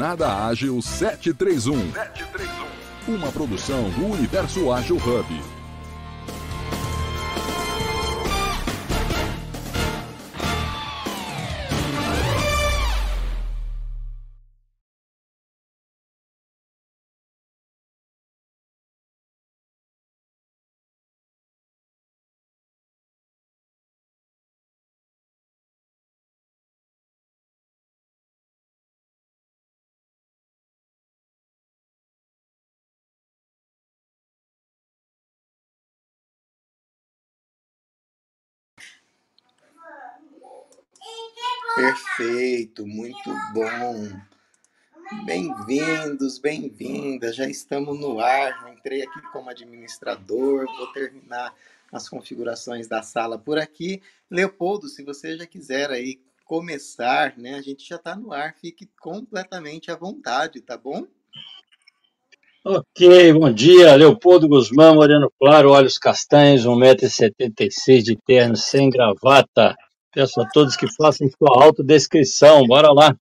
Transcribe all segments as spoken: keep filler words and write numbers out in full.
Jornada Ágil sete três um. Uma produção do Universo Ágil Hub. Perfeito, muito bom. Bem-vindos, bem-vindas. Já estamos no ar. Eu entrei aqui como administrador. Vou terminar as configurações da sala por aqui. Leopoldo, se você já quiser aí começar, né? A gente já está no ar. Fique completamente à vontade, tá bom? Ok, bom dia. Leopoldo Guzmán, moreno claro, olhos castanhos, um metro e setenta e seis de terno, sem gravata. Peço a todos que façam sua autodescrição. Bora lá.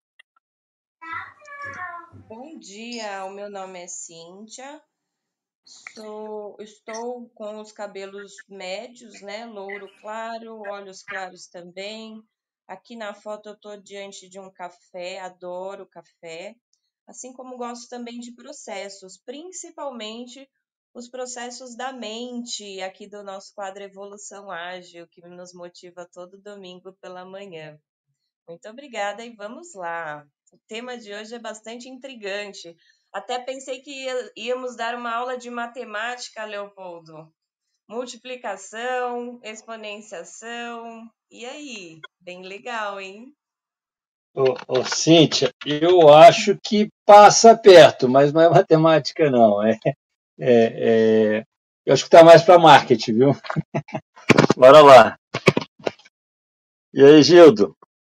Bom dia, o meu nome é Cíntia, sou, estou com os cabelos médios, né? Louro claro, olhos claros também. Aqui na foto eu estou diante de um café, adoro café, assim como gosto também de processos, principalmente os processos da mente, aqui do nosso quadro Evolução Ágil, que nos motiva todo domingo pela manhã. Muito obrigada e vamos lá. O tema de hoje é bastante intrigante. Até pensei que ia- íamos dar uma aula de matemática, Leopoldo. Multiplicação, exponenciação. E aí? Bem legal, hein? Ô, ô, Cíntia, eu acho que passa perto, mas não é matemática, não. É, é, é... Eu acho que está mais para marketing, viu? Bora lá. E aí, Gildo?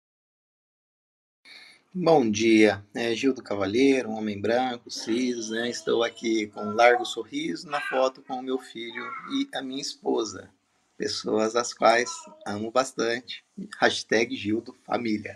Bom dia, é Gildo Cavalheiro, um homem branco, cis, né? Estou aqui com um largo sorriso na foto com o meu filho e a minha esposa, pessoas as quais amo bastante. Hashtag Gildo Família.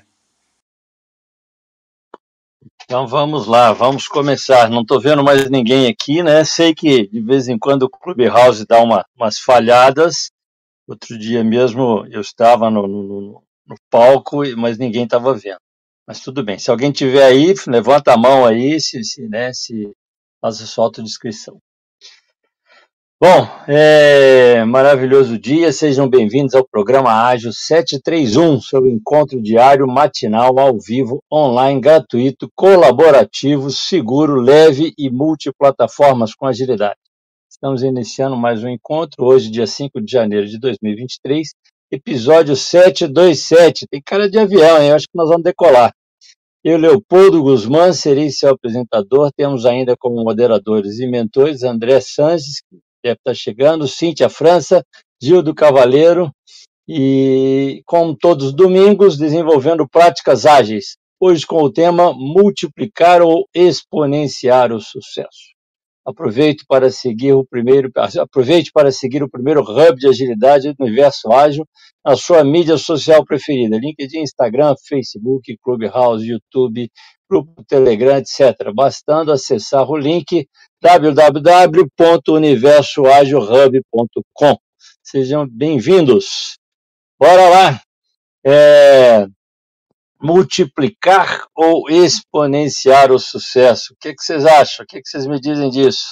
Então vamos lá, vamos começar. Não estou vendo mais ninguém aqui, né? Sei que de vez em quando o Clubhouse dá uma, umas falhadas. Outro dia mesmo eu estava no, no, no palco, mas ninguém estava vendo. Mas tudo bem. Se alguém tiver aí, levanta a mão aí, se, se, né, se faz a sua autodescrição. Bom, é, maravilhoso dia, sejam bem-vindos ao programa Ágil sete três um, seu encontro diário, matinal, ao vivo, online, gratuito, colaborativo, seguro, leve e multiplataformas com agilidade. Estamos iniciando mais um encontro, hoje, dia cinco de janeiro de dois mil e vinte e três, episódio setecentos e vinte e sete. Tem cara de avião, hein? Eu acho que nós vamos decolar. Eu, Leopoldo Guzmán, serei seu apresentador. Temos ainda como moderadores e mentores André Sanches, que deve estar chegando, Cíntia França, Gildo Cavaleiro, e como todos os domingos, desenvolvendo práticas ágeis. Hoje com o tema multiplicar ou exponenciar o sucesso. Aproveite para seguir o primeiro, aproveite para seguir o primeiro hub de agilidade do Universo Ágil na sua mídia social preferida, LinkedIn, Instagram, Facebook, Clubhouse, YouTube, grupo Telegram, etcétera. Bastando acessar o link w w w ponto universo ágil hub ponto com. Sejam bem-vindos. Bora lá. É, multiplicar ou exponenciar o sucesso? O que, que vocês acham? O que, que vocês me dizem disso?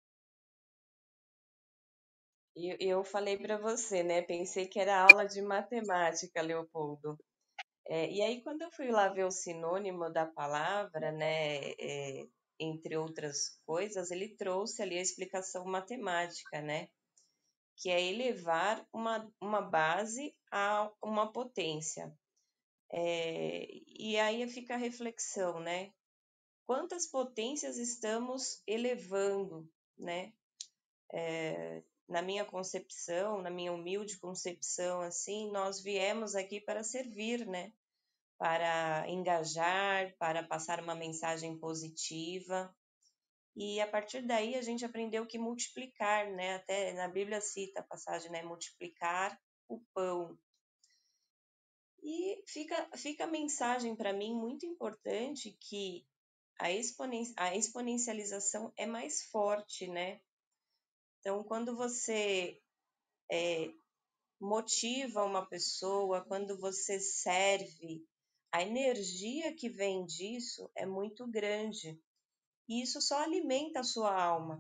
Eu, eu falei para você, né? Pensei que era aula de matemática, Leopoldo. É, e aí, quando eu fui lá ver o sinônimo da palavra, né? É, entre outras coisas, ele trouxe ali a explicação matemática, né? Que é elevar uma, uma base a uma potência. É, e aí fica a reflexão, né? Quantas potências estamos elevando, né? É, na minha concepção, na minha humilde concepção, assim, nós viemos aqui para servir, né? Para engajar, para passar uma mensagem positiva. E a partir daí a gente aprendeu que multiplicar, né? Até na Bíblia cita a passagem, né? Multiplicar o pão. E fica, fica a mensagem para mim muito importante que a, exponen a exponencialização é mais forte, né? Então, quando você é, motiva uma pessoa, quando você serve, a energia que vem disso é muito grande. E isso só alimenta a sua alma.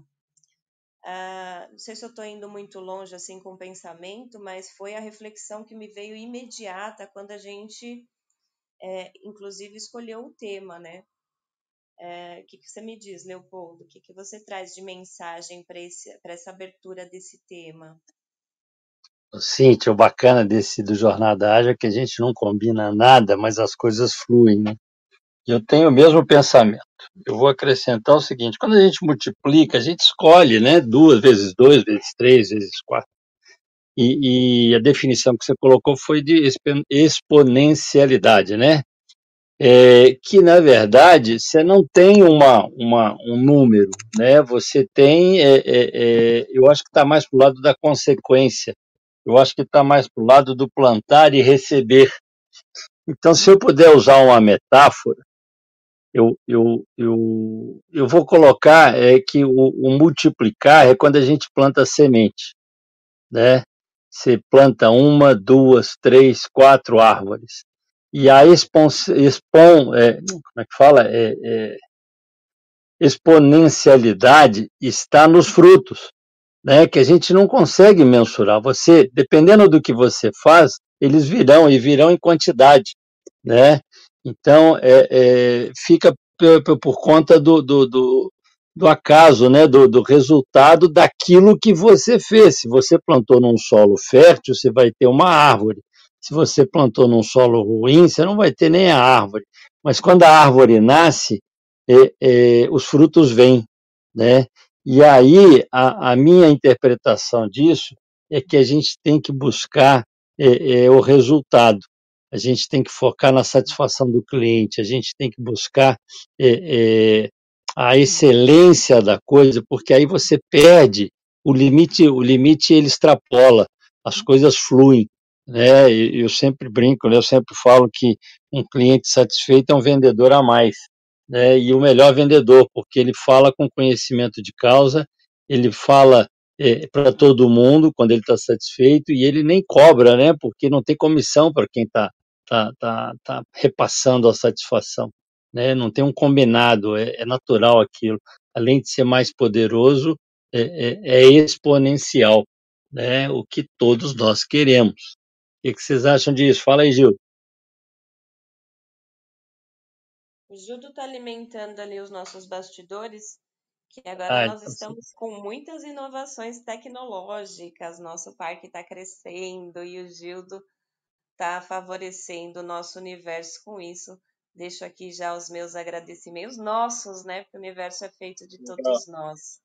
Ah, não sei se eu estou indo muito longe assim com o pensamento, mas foi a reflexão que me veio imediata quando a gente, é, inclusive, escolheu o tema, né? O que, que você me diz, Leopoldo? O que, que você traz de mensagem para essa abertura desse tema? Cíntia, o bacana desse do Jornada Ágil é que a gente não combina nada, mas as coisas fluem, né? Eu tenho o mesmo pensamento. Eu vou acrescentar o seguinte: quando a gente multiplica, a gente escolhe, né? Duas vezes dois, vezes três, vezes quatro. E, e a definição que você colocou foi de exponencialidade, né? É, que na verdade você não tem uma, uma, um número, né? Você tem, é, é, é, eu acho que está mais para o lado da consequência, eu acho que está mais para o lado do plantar e receber. Então, se eu puder usar uma metáfora, eu, eu, eu, eu vou colocar é, que o, o multiplicar é quando a gente planta semente, né? Você planta uma, duas, três, quatro árvores. E a expon, expon é, como é que fala? É, é, exponencialidade está nos frutos, né? Que a gente não consegue mensurar. Você, dependendo do que você faz, eles virão e virão em quantidade, né? Então, é, é, fica por, por conta do, do, do, do acaso, né? Do, do resultado daquilo que você fez. Se você plantou num solo fértil, você vai ter uma árvore. Se você plantou num solo ruim, você não vai ter nem a árvore. Mas quando a árvore nasce, é, é, os frutos vêm, né? E aí, a, a minha interpretação disso é que a gente tem que buscar é, é, o resultado. A gente tem que focar na satisfação do cliente, a gente tem que buscar é, é, a excelência da coisa, porque aí você perde o limite, o limite ele extrapola, as coisas fluem, né? Eu sempre brinco, né? Eu sempre falo que um cliente satisfeito é um vendedor a mais, né? E o melhor vendedor, porque ele fala com conhecimento de causa, ele fala é, para todo mundo quando ele está satisfeito e ele nem cobra, né? Porque não tem comissão para quem está tá, tá, tá repassando a satisfação, né? Não tem um combinado, é, é natural aquilo. Além de ser mais poderoso, é, é, é exponencial, né? O que todos nós queremos. O que, que vocês acham disso? Fala aí, Gil. O Gildo está alimentando ali os nossos bastidores, que agora Ah, nós então, sim. estamos com muitas inovações tecnológicas, nosso parque está crescendo e o Gildo está favorecendo o nosso universo com isso. Deixo aqui já os meus agradecimentos, nossos, né? Porque o universo é feito de Legal. todos nós.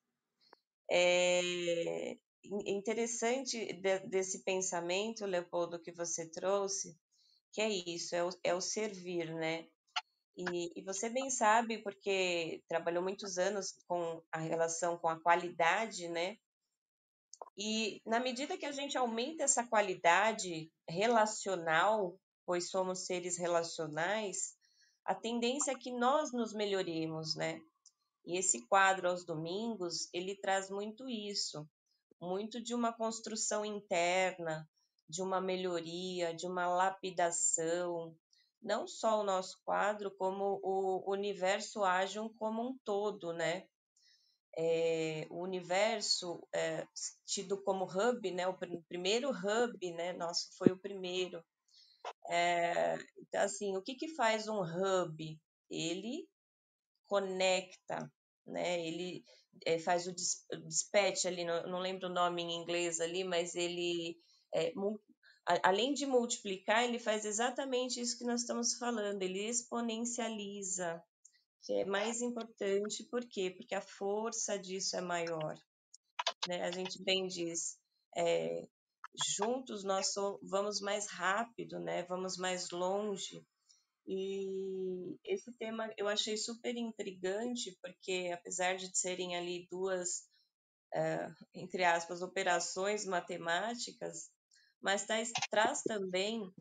É interessante de, desse pensamento, Leopoldo, que você trouxe, que é isso, é o, é o servir, né? E, e você bem sabe, porque trabalhou muitos anos com a relação com a qualidade, né? E na medida que a gente aumenta essa qualidade relacional, pois somos seres relacionais, a tendência é que nós nos melhoremos, né? E esse quadro aos domingos, ele traz muito isso, muito de uma construção interna, de uma melhoria, de uma lapidação, não só o nosso quadro, como o universo ágil como um todo, né? É, o universo é, tido como hub, né? O pr- primeiro hub, né? Nosso foi o primeiro. É, então, assim, o que que faz um hub? Ele conecta, né? Ele é, faz o dis- o dispatch ali, não, não lembro o nome em inglês ali, mas ele, é, mu- a- além de multiplicar, ele faz exatamente isso que nós estamos falando, ele exponencializa, que é mais importante, por quê? Porque a força disso é maior, né? A gente bem diz, é, juntos nós so- vamos mais rápido, né? Vamos mais longe. E esse tema eu achei super intrigante, porque apesar de serem ali duas, entre aspas, operações matemáticas, mas traz, traz também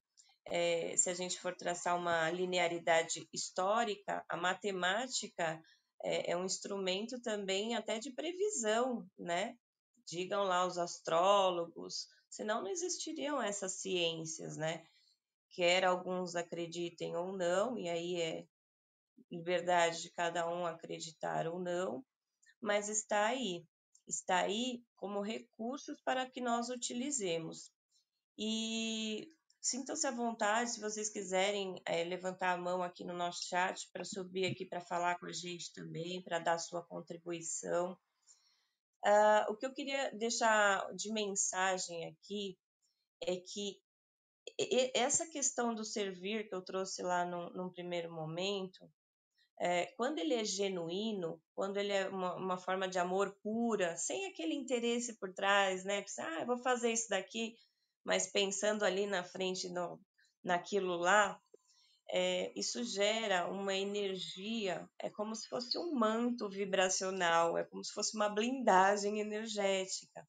é, se a gente for traçar uma linearidade histórica, a matemática é, é um instrumento também até de previsão, né? Digam lá os astrólogos, senão não existiriam essas ciências, né? Quer alguns acreditem ou não, e aí é liberdade de cada um acreditar ou não, mas está aí, está aí como recursos para que nós utilizemos. E sintam-se à vontade, se vocês quiserem é, levantar a mão aqui no nosso chat para subir aqui para falar com a gente também, para dar sua contribuição. Uh, o que eu queria deixar de mensagem aqui é que essa questão do servir que eu trouxe lá num, num primeiro momento, é, quando ele é genuíno, quando ele é uma, uma forma de amor pura, sem aquele interesse por trás, né? Ah, eu vou fazer isso daqui, mas pensando ali na frente, no, naquilo lá, é, isso gera uma energia, é como se fosse um manto vibracional, é como se fosse uma blindagem energética,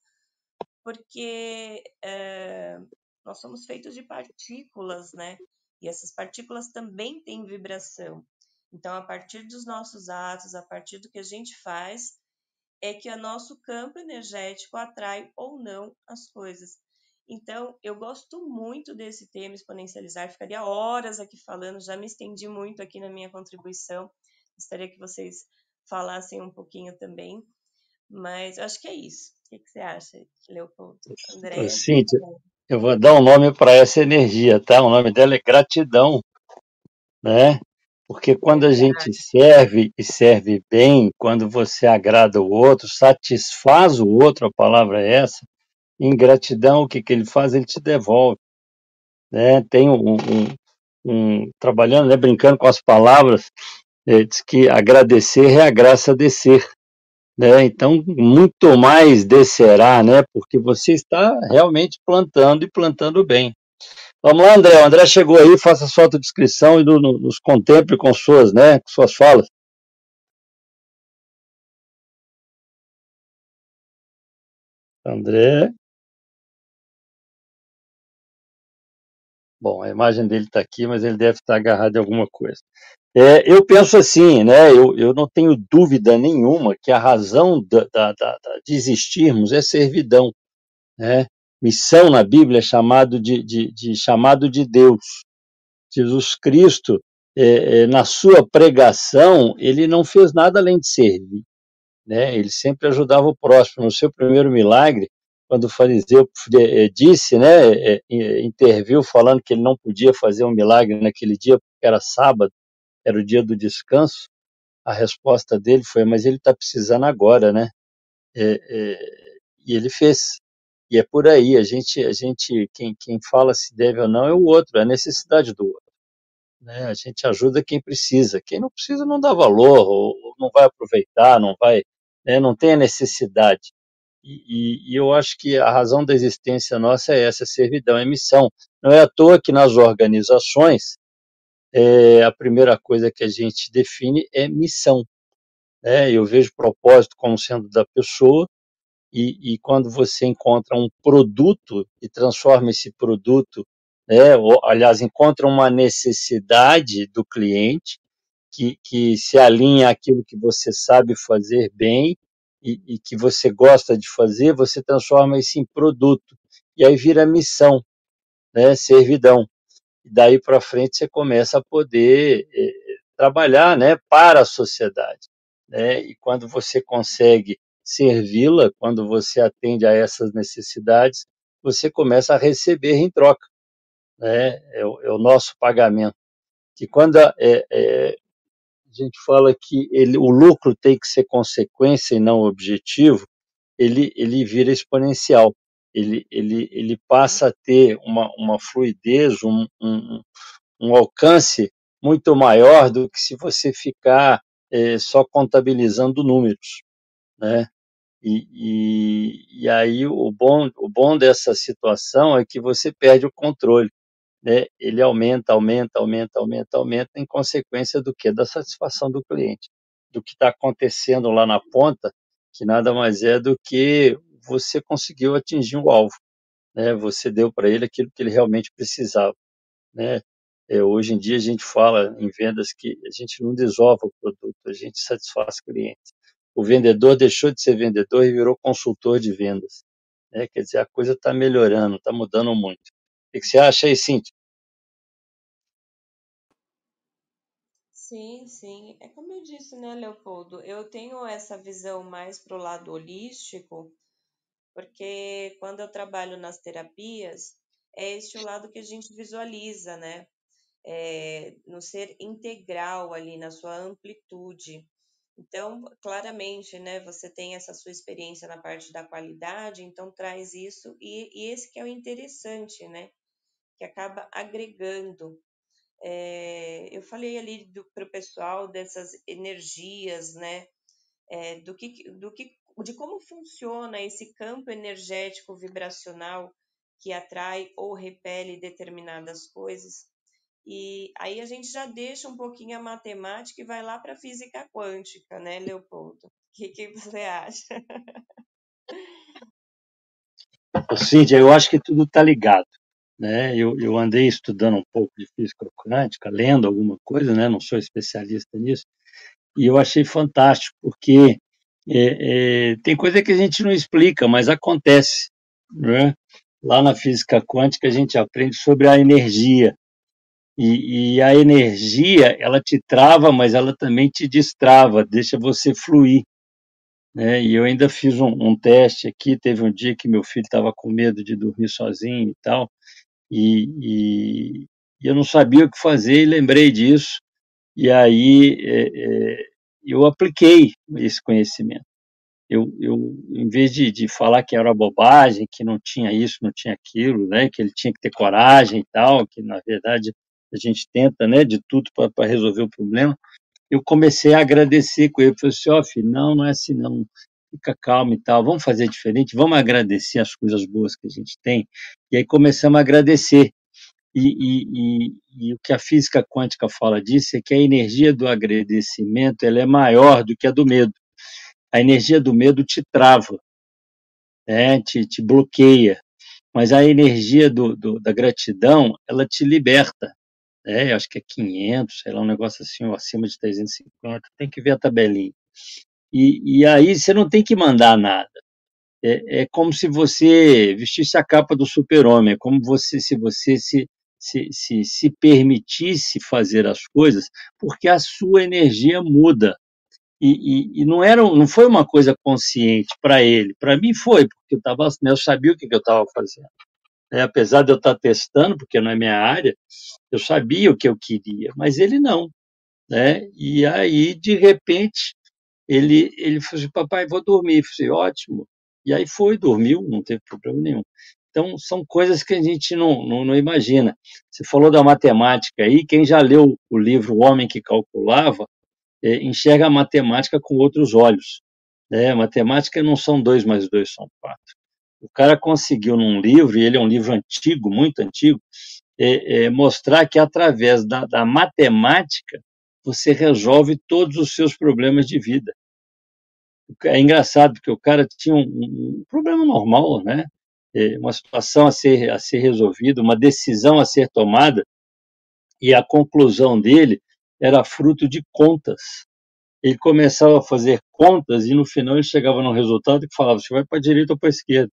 porque é, nós somos feitos de partículas, né? E essas partículas também têm vibração. Então, a partir dos nossos atos, a partir do que a gente faz, é que o nosso campo energético atrai ou não as coisas. Então, eu gosto muito desse tema exponencializar, ficaria horas aqui falando, já me estendi muito aqui na minha contribuição, gostaria que vocês falassem um pouquinho também, mas eu acho que é isso. O que, que você acha, Leopoldo? Ô, André? Cíntia, eu vou dar um nome para essa energia, tá? O nome dela é gratidão, né? Porque quando a gente serve e serve bem, quando você agrada o outro, satisfaz o outro, a palavra é essa, em gratidão, o que, que ele faz? Ele te devolve, né? Tem um, um, um trabalhando, né, brincando com as palavras, é, diz que agradecer é a graça descer, né? Então, muito mais descerá, né? Porque você está realmente plantando e plantando bem. Vamos lá, André. O André chegou aí, faça sua autodescrição e no, no, nos contemple com suas, né, com suas falas. André. Bom, a imagem dele está aqui, mas ele deve estar agarrado em alguma coisa. É, eu penso assim, né? Eu, eu não tenho dúvida nenhuma que a razão da, da, da, de existirmos é servidão, né? Missão na Bíblia é chamado de, de, de chamado de Deus. Jesus Cristo, é, é, na sua pregação, ele não fez nada além de servir, né? Ele sempre ajudava o próximo. No seu primeiro milagre, quando o fariseu é, disse, né, é, interviu falando que ele não podia fazer um milagre naquele dia porque era sábado, era o dia do descanso, a resposta dele foi: mas ele está precisando agora, né? É, é, e ele fez. E é por aí, a gente, a gente quem, quem fala se deve ou não é o outro, é a necessidade do outro, né? A gente ajuda quem precisa, quem não precisa não dá valor, ou, ou não vai aproveitar, não vai, né, não tem a necessidade. E, e, e eu acho que a razão da existência nossa é essa, servidão, é missão. Não é à toa que nas organizações, é, a primeira coisa que a gente define é missão, né? Eu vejo propósito como sendo da pessoa, e, e quando você encontra um produto e transforma esse produto, né, ou, aliás, encontra uma necessidade do cliente que, que se alinha àquilo que você sabe fazer bem e, e que você gosta de fazer, você transforma isso em produto. E aí vira missão, né, servidão. E daí para frente você começa a poder eh, trabalhar, né, para a sociedade, né? E quando você consegue servi-la, quando você atende a essas necessidades, você começa a receber em troca, né? É o, é o nosso pagamento. Que quando é, é, a gente fala que ele, o lucro tem que ser consequência e não objetivo, ele, ele vira exponencial. Ele, ele, ele passa a ter uma, uma fluidez, um, um, um alcance muito maior do que se você ficar é, só contabilizando números, né? E, e, e aí o bom, o bom dessa situação é que você perde o controle, né? Ele aumenta, aumenta, aumenta, aumenta, aumenta em consequência do quê? Da satisfação do cliente, do que está acontecendo lá na ponta, que nada mais é do que você conseguiu atingir o alvo, né? Você deu para ele aquilo que ele realmente precisava. né? É, hoje em dia a gente fala em vendas que a gente não desova o produto, a gente satisfaz clientes. O vendedor deixou de ser vendedor e virou consultor de vendas, né? Quer dizer, a coisa está melhorando, está mudando muito. O que você acha aí, Cíntia? Sim, sim. É como eu disse, né, Leopoldo? Eu tenho essa visão mais pro lado holístico, porque quando eu trabalho nas terapias, é este o lado que a gente visualiza, né? É, no ser integral ali, na sua amplitude. Então, claramente, né, você tem essa sua experiência na parte da qualidade, então traz isso, e, e esse que é o interessante, né? Que acaba agregando. É, eu falei ali para o pessoal dessas energias, né? É, do que, do que, de como funciona esse campo energético vibracional que atrai ou repele determinadas coisas. E aí a gente já deixa um pouquinho a matemática e vai lá para a física quântica, né, Leopoldo? O que, que você acha? Ô, Cíntia, eu acho que tudo está ligado, né? Eu, eu andei estudando um pouco de física quântica, lendo alguma coisa, né? Não sou especialista nisso, e eu achei fantástico, porque é, é, tem coisa que a gente não explica, mas acontece, né? Lá na física quântica a gente aprende sobre a energia, e, e a energia, ela te trava, mas ela também te destrava, deixa você fluir, né? E eu ainda fiz um, um teste aqui, teve um dia que meu filho estava com medo de dormir sozinho e tal, e, e, e eu não sabia o que fazer e lembrei disso, e aí é, é, eu apliquei esse conhecimento. Eu, eu em vez de, de falar que era bobagem, que não tinha isso, não tinha aquilo, né, que ele tinha que ter coragem e tal, que na verdade a gente tenta, né, de tudo para resolver o problema, eu comecei a agradecer com ele. Falei assim, ó, oh, filho, não, não é assim não, fica calmo e tal, vamos fazer diferente, vamos agradecer as coisas boas que a gente tem. E aí começamos a agradecer. E, e, e, e o que a física quântica fala disso é que a energia do agradecimento ela é maior do que a do medo. A energia do medo te trava, né? te, te bloqueia, mas a energia do, do, da gratidão ela te liberta. É, acho que é quinhentos, sei lá, um negócio assim, ou acima de trezentos e cinquenta, tem que ver a tabelinha. E, e aí você não tem que mandar nada. É, é como se você vestisse a capa do super-homem, é como você, se você se, se, se, se permitisse fazer as coisas, porque a sua energia muda. E, e, e não, era, não foi uma coisa consciente para ele. Para mim foi, porque eu, tava, eu sabia o que, que eu estava fazendo. É, apesar de eu estar testando, porque não é minha área, eu sabia o que eu queria, mas ele não. Né? E aí, de repente, ele, ele falou assim, papai, vou dormir. Eu falei, ótimo. E aí foi, dormiu, não teve problema nenhum. Então, são coisas que a gente não, não, não imagina. Você falou da matemática aí, quem já leu o livro O Homem que Calculava, é, enxerga a matemática com outros olhos. Né? Matemática não são dois mais dois, são quatro. O cara conseguiu num livro, e ele é um livro antigo, muito antigo, é, é, mostrar que através da, da matemática você resolve todos os seus problemas de vida. É engraçado, porque o cara tinha um, um problema normal, né? É, uma situação a ser, a ser resolvida, uma decisão a ser tomada, e a conclusão dele era fruto de contas. Ele começava a fazer contas e no final ele chegava num resultado que falava, você vai para a direita ou para a esquerda.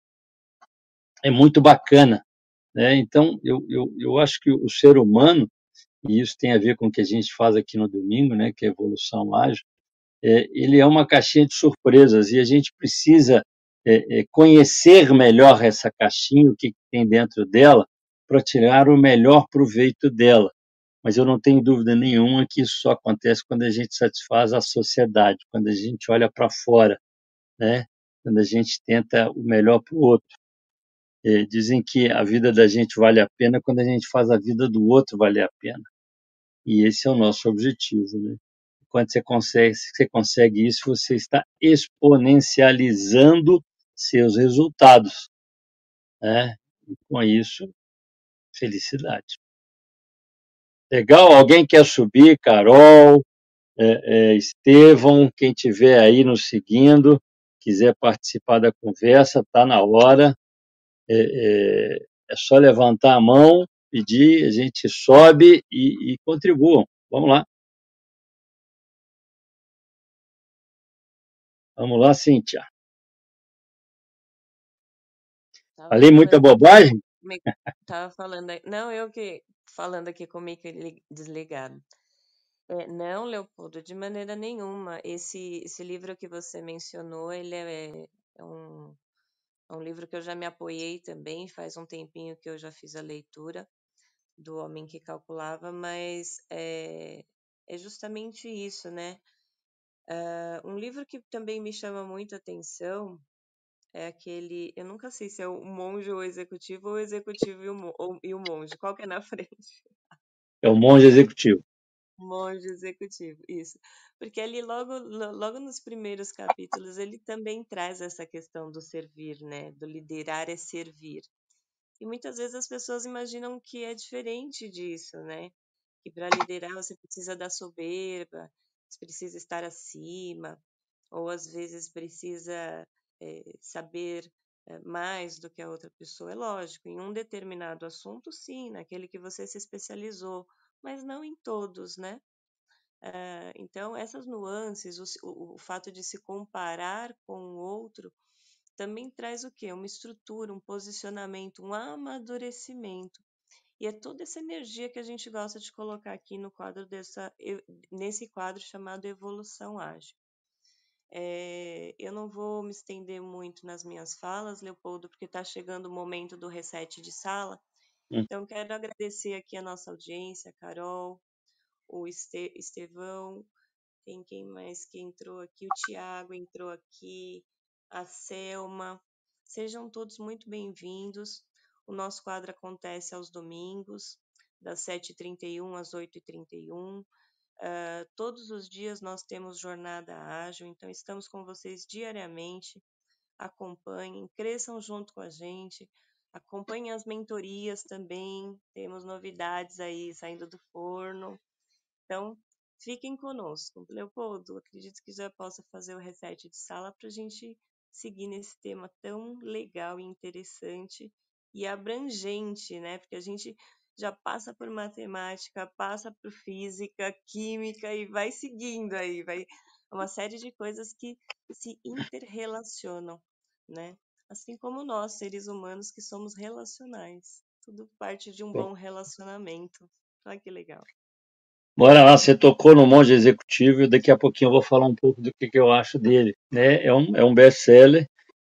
É muito bacana. Né? Então, eu, eu, eu acho que o ser humano, e isso tem a ver com o que a gente faz aqui no domingo, né, que é a evolução ágil, é, ele é uma caixinha de surpresas e a gente precisa é, é, conhecer melhor essa caixinha, o que tem dentro dela, para tirar o melhor proveito dela. Mas eu não tenho dúvida nenhuma que isso só acontece quando a gente satisfaz a sociedade, quando a gente olha para fora, né? Quando a gente tenta o melhor para o outro. É, dizem que a vida da gente vale a pena quando a gente faz a vida do outro valer a pena. E esse é o nosso objetivo, né? Quando você consegue, você consegue isso, você está exponencializando seus resultados, né? E com isso, felicidade. Legal? Alguém quer subir? Carol, é, é, Estevão, quem tiver aí nos seguindo, quiser participar da conversa, está na hora. É, é, é só levantar a mão pedir, a gente sobe e, e contribuam. Vamos lá. Vamos lá, Cíntia. Tava Falei muita falando aqui, bobagem? comigo- tava falando aí- não, eu que falando aqui com o mic li- desligado. É, não, Leopoldo, de maneira nenhuma. Esse, esse livro que você mencionou, ele é, é um, é um livro que eu já me apoiei também, faz um tempinho que eu já fiz a leitura do Homem que Calculava, mas é, é justamente isso, né? Ah, um livro que também me chama muito atenção é aquele, eu nunca sei se é o monge ou o executivo ou o executivo e o, mo- ou- e o monge, qual que é na frente? É o monge executivo. Monge executivo, isso. Porque ali logo, lo- logo nos primeiros capítulos ele também traz essa questão do servir, né? Do liderar é servir. E muitas vezes as pessoas imaginam que é diferente disso, né? Que para liderar você precisa da soberba, você precisa estar acima, ou às vezes precisa eh, saber eh, mais do que a outra pessoa. É lógico, em um determinado assunto, sim, naquele que você se especializou, mas não em todos, né? Ah, então, essas nuances, o, se- o, o fato de se comparar com o outro, também traz o quê? Uma estrutura, um posicionamento, um amadurecimento. E é toda essa energia que a gente gosta de colocar aqui no quadro dessa, e- nesse quadro chamado Evolução Ágil. É, eu não vou me estender muito nas minhas falas, Leopoldo, porque está chegando o momento do reset de sala. Hum. Então, quero agradecer aqui a nossa audiência, a Carol, o Este- Estevão, tem quem mais que entrou aqui? O Tiago entrou aqui, a Selma. Sejam todos muito bem-vindos. O nosso quadro acontece aos domingos, das sete e trinta e um às oito e trinta e um. Uh, todos os dias nós temos jornada ágil, então estamos com vocês diariamente. Acompanhem, cresçam junto com a gente, acompanhem as mentorias também. Temos novidades aí saindo do forno. Então, fiquem conosco. Leopoldo, acredito que já possa fazer o reset de sala para a gente seguir nesse tema tão legal e interessante e abrangente, né? Porque a gente já passa por matemática, passa por física, química e vai seguindo aí, vai uma série de coisas que se interrelacionam, né? Assim como nós, seres humanos, que somos relacionais. Tudo parte de um bom relacionamento. Olha que legal. Bora lá, você tocou no monge executivo e daqui a pouquinho eu vou falar um pouco do que, que eu acho dele. Né? É um, é um best-seller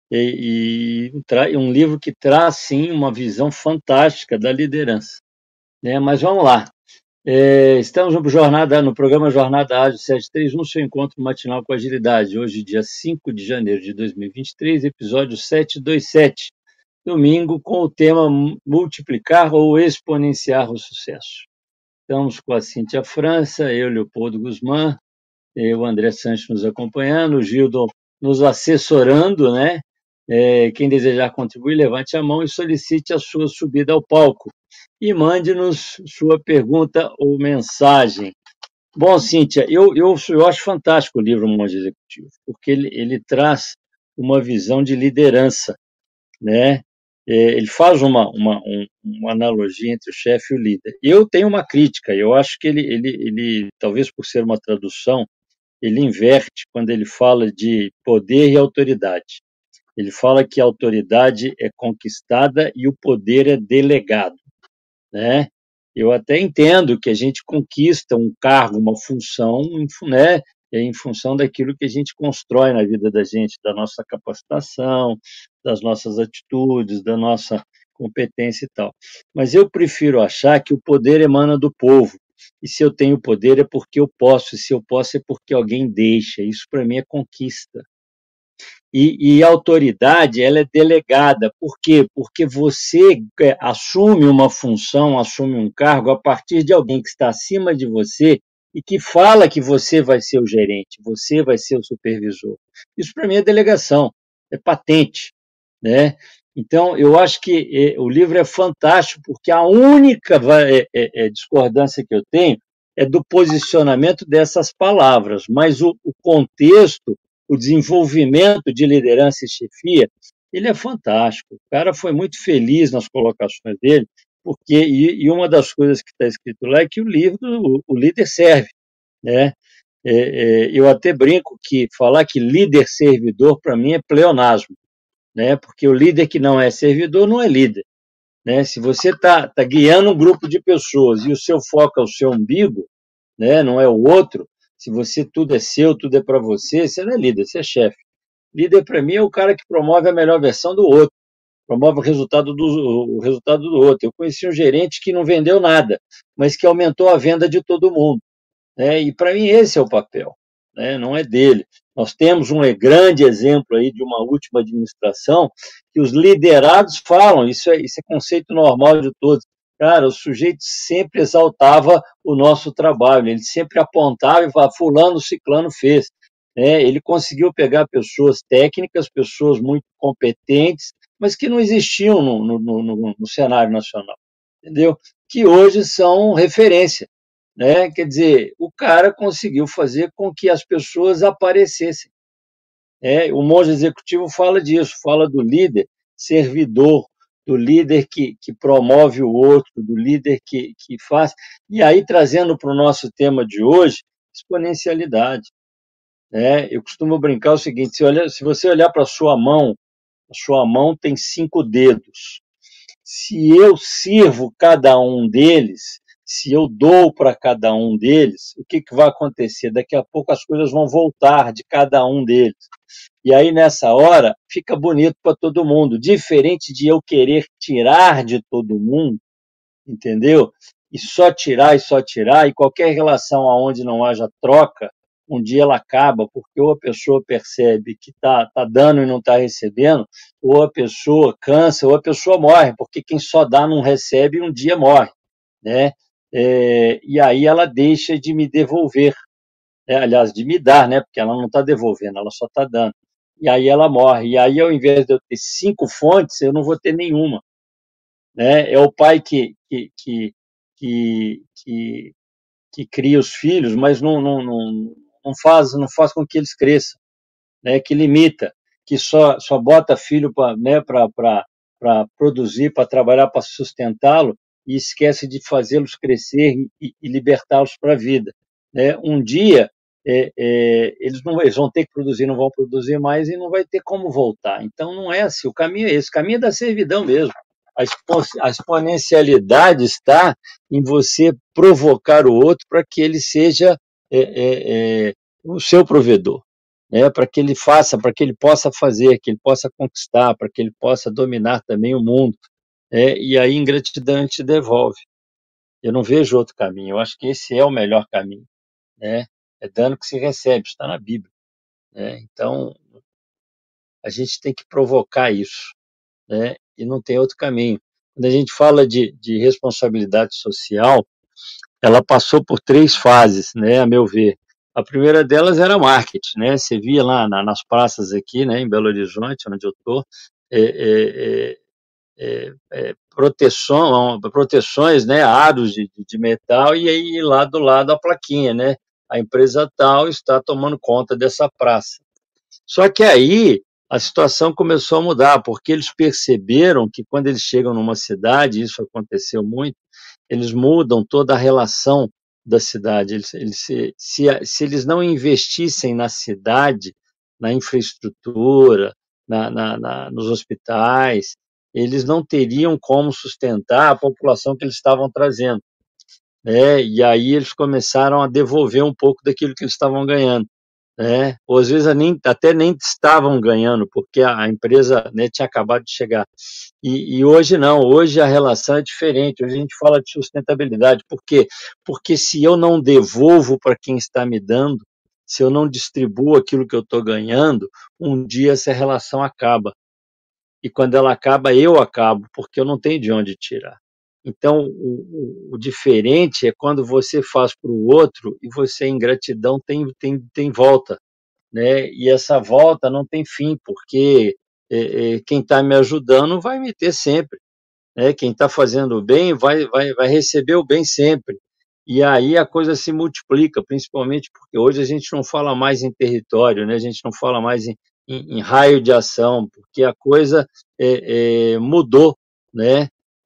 e, e tra- um livro que traz, sim, uma visão fantástica da liderança. Né? Mas vamos lá. É, estamos no, jornada, no programa Jornada Ágil sete três um, seu encontro matinal com agilidade. Hoje, dia cinco de janeiro de dois mil e vinte e três, episódio setecentos e vinte e sete. Domingo, com o tema multiplicar ou exponenciar o sucesso. Estamos com a Cíntia França, eu, Leopoldo Guzmán, eu, o André Sanches nos acompanhando, o Gildo nos assessorando, né? É, quem desejar contribuir, levante a mão e solicite a sua subida ao palco. E mande-nos sua pergunta ou mensagem. Bom, Cíntia, eu, eu, eu acho fantástico o livro Monge Executivo, porque ele, ele traz uma visão de liderança, né? É, ele faz uma, uma, um, uma analogia entre o chefe e o líder. Eu tenho uma crítica, eu acho que ele, ele, ele, talvez por ser uma tradução, ele inverte quando ele fala de poder e autoridade. Ele fala que a autoridade é conquistada e o poder é delegado, né? Eu até entendo que a gente conquista um cargo, uma função, né, em função daquilo que a gente constrói na vida da gente, da nossa capacitação, das nossas atitudes, da nossa competência e tal. Mas eu prefiro achar que o poder emana do povo. E se eu tenho poder é porque eu posso, e se eu posso é porque alguém deixa. Isso para mim é conquista. E, e a autoridade, ela é delegada. Por quê? Porque você é, assume uma função, assume um cargo a partir de alguém que está acima de você e que fala que você vai ser o gerente, você vai ser o supervisor. Isso para mim é delegação, é patente, né? Então, eu acho que é, o livro é fantástico porque a única é, é, é, discordância que eu tenho é do posicionamento dessas palavras, mas o, o contexto, o desenvolvimento de liderança e chefia, ele é fantástico. O cara foi muito feliz nas colocações dele. porque e, e uma das coisas que está escrito lá é que o livro, o, o líder serve, né? É, é, eu até brinco que falar que líder servidor para mim é pleonasmo, né? Porque o líder que não é servidor não é líder, né? Se você está tá guiando um grupo de pessoas e o seu foco é o seu umbigo, né? Não é o outro. Se você tudo é seu, tudo é para você, você não é líder, você é chefe. Líder para mim é o cara que promove a melhor versão do outro, promove o resultado do, o resultado do outro. Eu conheci um gerente que não vendeu nada, mas que aumentou a venda de todo mundo, né? E para mim esse é o papel, né? Não é dele. Nós temos um grande exemplo aí de uma última administração que os liderados falam, isso é, isso é conceito normal de todos. Cara, o sujeito sempre exaltava o nosso trabalho, ele sempre apontava e falava, fulano, ciclano fez. Né? Ele conseguiu pegar pessoas técnicas, pessoas muito competentes, mas que não existiam no, no, no, no cenário nacional, entendeu? Que hoje são referência. Né? Quer dizer, o cara conseguiu fazer com que as pessoas aparecessem. É, o monge executivo fala disso, fala do líder servidor, do líder que, que promove o outro, do líder que, que faz. E aí, trazendo para o nosso tema de hoje, exponencialidade. Né? Eu costumo brincar o seguinte, se, olha, se você olhar para a sua mão, a sua mão tem cinco dedos. Se eu sirvo cada um deles, se eu dou para cada um deles, o que, que vai acontecer? Daqui a pouco as coisas vão voltar de cada um deles. E aí, nessa hora, fica bonito para todo mundo. Diferente de eu querer tirar de todo mundo, entendeu? E só tirar e só tirar, e qualquer relação aonde não haja troca, um dia ela acaba, porque ou a pessoa percebe que está tá dando e não está recebendo, ou a pessoa cansa, ou a pessoa morre, porque quem só dá não recebe, um dia morre, né? É, e aí ela deixa de me devolver, né? Aliás, de me dar, né? Porque ela não está devolvendo, ela só está dando. E aí ela morre. E aí, ao invés de eu ter cinco fontes, eu não vou ter nenhuma. Né? É o pai que, que, que, que, que, que cria os filhos, mas não, não, não, não, faz, não faz com que eles cresçam, né? Que limita, que só, só bota filho para né, para produzir, para trabalhar, para sustentá-lo, e esquece de fazê-los crescer e, e libertá-los para a vida. Né? Um dia, é, é, eles, não, eles vão ter que produzir, não vão produzir mais e não vai ter como voltar. Então, não é assim, o caminho é esse, o caminho é da servidão mesmo. A, expo, a exponencialidade está em você provocar o outro para que ele seja é, é, é, o seu provedor. Né, para que ele faça, para que ele possa fazer, que ele possa conquistar, para que ele possa dominar também o mundo. Né, e aí, em gratidão, a gente devolve. Eu não vejo outro caminho, eu acho que esse é o melhor caminho. Né? É dano que se recebe, está na Bíblia. Né? Então, a gente tem que provocar isso, né? E não tem outro caminho. Quando a gente fala de, de responsabilidade social, ela passou por três fases, né, a meu ver. A primeira delas era marketing, né? Você via lá na, nas praças aqui, né, em Belo Horizonte, onde eu estou, é, é, é, é, proteção, proteções, né, aros de, de metal, e aí lá do lado a plaquinha, né? A empresa tal está tomando conta dessa praça. Só que aí a situação começou a mudar, porque eles perceberam que quando eles chegam numa cidade, isso aconteceu muito, eles mudam toda a relação da cidade. Eles, eles, se, se, se eles não investissem na cidade, na infraestrutura, na, na, na, nos hospitais, eles não teriam como sustentar a população que eles estavam trazendo. Né? E aí eles começaram a devolver um pouco daquilo que eles estavam ganhando. Né? Ou às vezes nem, até nem estavam ganhando, porque a, a empresa, né, tinha acabado de chegar. E, e hoje não, hoje a relação é diferente, hoje a gente fala de sustentabilidade. Por quê? Porque se eu não devolvo para quem está me dando, se eu não distribuo aquilo que eu estou ganhando, um dia essa relação acaba. E quando ela acaba, eu acabo, porque eu não tenho de onde tirar. Então, o, o, o diferente é quando você faz para o outro e você, em gratidão, tem, tem, tem volta. Né? E essa volta não tem fim, porque é, é, quem está me ajudando vai me ter sempre. Né? Quem está fazendo o bem vai, vai, vai receber o bem sempre. E aí a coisa se multiplica, principalmente porque hoje a gente não fala mais em território, né? A gente não fala mais em, em, em raio de ação, porque a coisa é, é, mudou, né?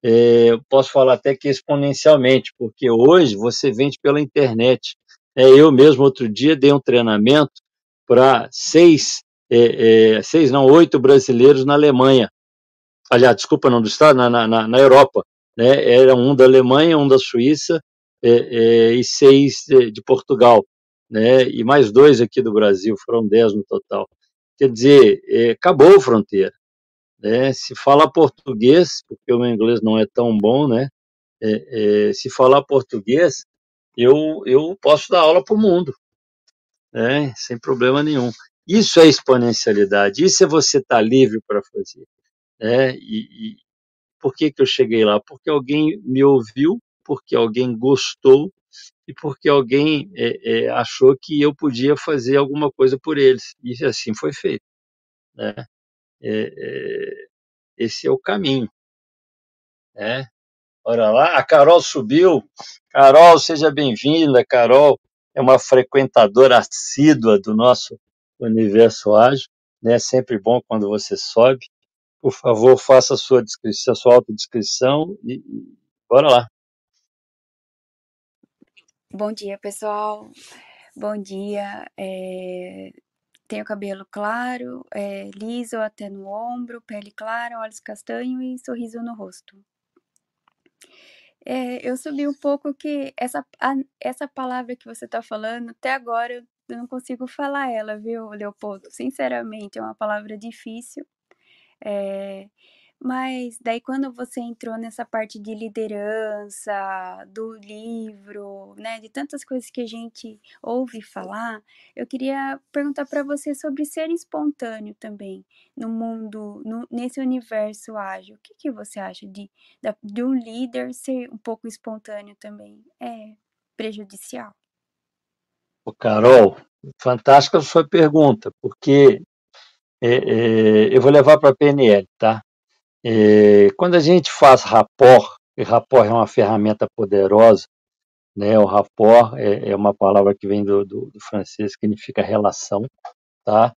é, eu posso falar até que exponencialmente, porque hoje você vende pela internet. É, eu mesmo, outro dia, dei um treinamento para seis, é, é, seis, não, oito brasileiros na Alemanha. Aliás, desculpa, não do Estado, na, na, na Europa. Né? Era um da Alemanha, um da Suíça é, é, e seis de, de Portugal. Né? E mais dois aqui do Brasil, foram dez no total. Quer dizer, é, acabou a fronteira. Né? Se falar português, porque o meu inglês não é tão bom, né? É, é, se falar português, eu, eu posso dar aula para o mundo, né? Sem problema nenhum. Isso é exponencialidade, isso é você estar livre para fazer. Né? E, e por que, que eu cheguei lá? Porque alguém me ouviu, porque alguém gostou e porque alguém é, é, achou que eu podia fazer alguma coisa por eles. E assim foi feito. Né? É, é, esse é o caminho. Né? Olha lá, a Carol subiu. Carol, seja bem-vinda. Carol é uma frequentadora assídua do nosso Universo Ágil. Né? É sempre bom quando você sobe. Por favor, faça a sua descrição, a sua autodescrição e, e bora lá. Bom dia, pessoal. Bom dia. É... Tenho cabelo claro, é, liso até no ombro, pele clara, olhos castanhos e sorriso no rosto. É, eu subi um pouco que essa, a, essa palavra que você está falando, até agora eu não consigo falar ela, viu, Leopoldo? Sinceramente, é uma palavra difícil. É, mas daí quando você entrou nessa parte de liderança, do livro, né, de tantas coisas que a gente ouve falar, eu queria perguntar para você sobre ser espontâneo também no mundo, no, nesse universo ágil. O que, que você acha de, de um líder ser um pouco espontâneo também? É prejudicial? Carol, fantástica a sua pergunta, porque é, é, eu vou levar para a P N L, tá? É, quando a gente faz rapport, e rapport é uma ferramenta poderosa, né? O rapport é, é uma palavra que vem do, do, do francês, significa relação, tá?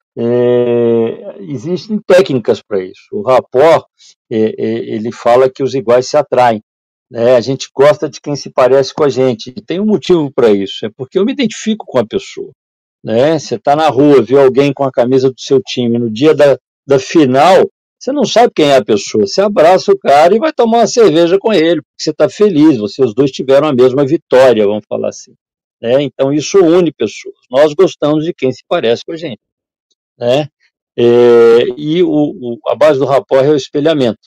É, existem técnicas para isso. O rapport, é, é, ele fala que os iguais se atraem. Né? A gente gosta de quem se parece com a gente. E tem um motivo para isso, é porque eu me identifico com a pessoa. Né? Você está na rua, viu alguém com a camisa do seu time, no dia da, da final, você não sabe quem é a pessoa, você abraça o cara e vai tomar uma cerveja com ele, porque você está feliz, vocês dois tiveram a mesma vitória, vamos falar assim. Né? Então isso une pessoas, nós gostamos de quem se parece com a gente. Né? É, e o, o, a base do rapport é o espelhamento.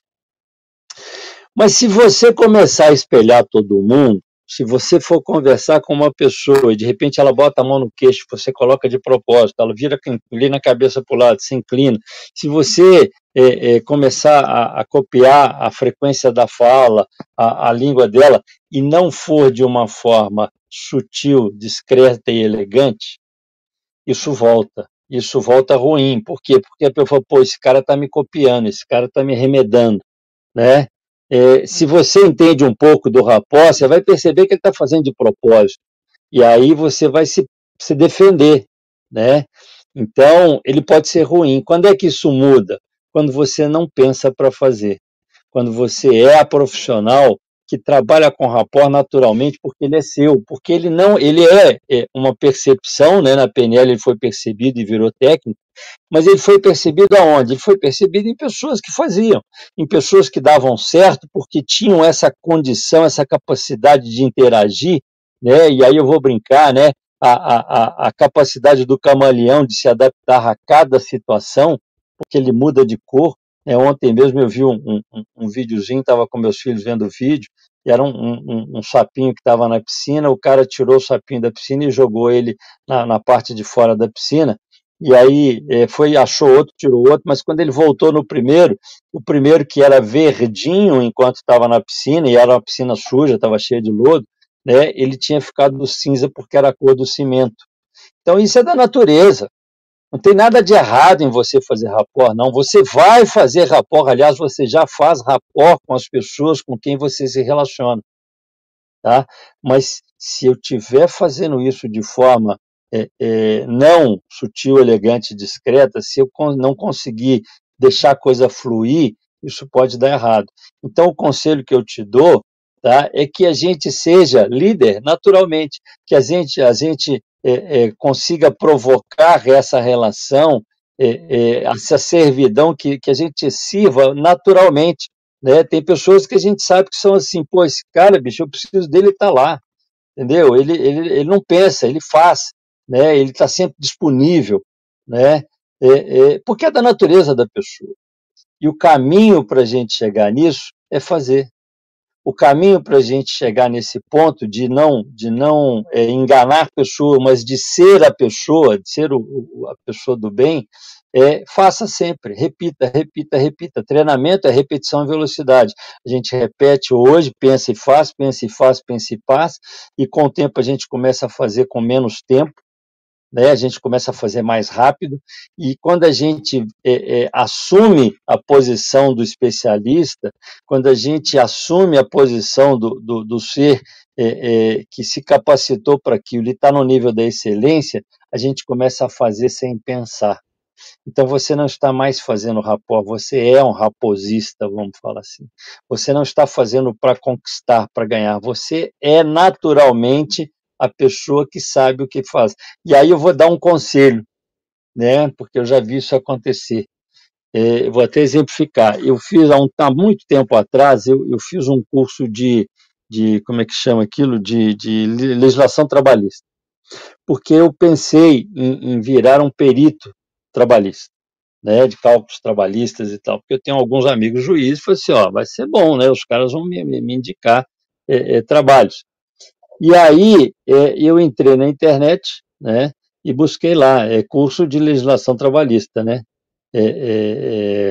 Mas se você começar a espelhar todo mundo, se você for conversar com uma pessoa e de repente ela bota a mão no queixo, você coloca de propósito, ela vira, inclina a cabeça para o lado, se inclina. Se você é, é, começar a, a copiar a frequência da fala, a, a língua dela, e não for de uma forma sutil, discreta e elegante, isso volta. Isso volta ruim. Por quê? Porque a pessoa fala, pô, esse cara está me copiando, esse cara está me remedando. Né? É, se você entende um pouco do rapport, você vai perceber que ele está fazendo de propósito. E aí você vai se, se defender. Né? Então, ele pode ser ruim. Quando é que isso muda? Quando você não pensa para fazer. Quando você é a profissional que trabalha com rapport naturalmente, porque ele é seu, porque ele não, ele é, é uma percepção, né? Na P N L ele foi percebido e virou técnico, mas ele foi percebido aonde? Ele foi percebido em pessoas que faziam, em pessoas que davam certo, porque tinham essa condição, essa capacidade de interagir, né? E aí eu vou brincar, né? A, a, a capacidade do camaleão de se adaptar a cada situação, porque ele muda de cor. É, ontem mesmo eu vi um, um, um videozinho, estava com meus filhos vendo o vídeo, e era um, um, um sapinho que estava na piscina, o cara tirou o sapinho da piscina e jogou ele na, na parte de fora da piscina, e aí é, foi, achou outro, tirou outro, mas quando ele voltou no primeiro, o primeiro que era verdinho enquanto estava na piscina, e era uma piscina suja, estava cheia de lodo, né, ele tinha ficado cinza porque era a cor do cimento. Então isso é da natureza. Não tem nada de errado em você fazer rapport, não. Você vai fazer rapport, aliás, você já faz rapport com as pessoas com quem você se relaciona. Tá? Mas se eu estiver fazendo isso de forma é, é, não sutil, elegante, discreta, se eu não conseguir deixar a coisa fluir, isso pode dar errado. Então, o conselho que eu te dou, tá, é que a gente seja líder naturalmente, que a gente, a gente é, é, consiga provocar essa relação, é, é, essa servidão, que, que a gente sirva naturalmente, né? Tem pessoas que a gente sabe que são assim, pô, esse cara, bicho, eu preciso dele, tá lá, entendeu? Ele, ele, ele não pensa, ele faz, né? Ele está sempre disponível, né? É, é, porque é da natureza da pessoa. E o caminho para a gente chegar nisso é fazer. O caminho para a gente chegar nesse ponto de não, de não é, enganar a pessoa, mas de ser a pessoa, de ser o, o, a pessoa do bem, é, faça sempre, repita, repita, repita. Treinamento é repetição e velocidade. A gente repete hoje, pensa e faz, pensa e faz, pensa e faz, e com o tempo a gente começa a fazer com menos tempo, né? A gente começa a fazer mais rápido, e quando a gente é, é, assume a posição do especialista, quando a gente assume a posição do, do, do ser é, é, que se capacitou para aquilo e está no nível da excelência, a gente começa a fazer sem pensar. Então você não está mais fazendo rapport, você é um raposista, vamos falar assim. Você não está fazendo para conquistar, para ganhar, você é naturalmente a pessoa que sabe o que faz. E aí eu vou dar um conselho, né? Porque eu já vi isso acontecer. É, vou até exemplificar. Eu fiz há, um, há muito tempo atrás, eu, eu fiz um curso de, de, como é que chama aquilo? De, de legislação trabalhista. Porque eu pensei em, em virar um perito trabalhista, né, de cálculos trabalhistas e tal, porque eu tenho alguns amigos juízes, e falei assim, ó, vai ser bom, né, os caras vão me, me indicar é, é, trabalhos. E aí é, eu entrei na internet, né, e busquei lá, é, curso de legislação trabalhista, né, é, é, é,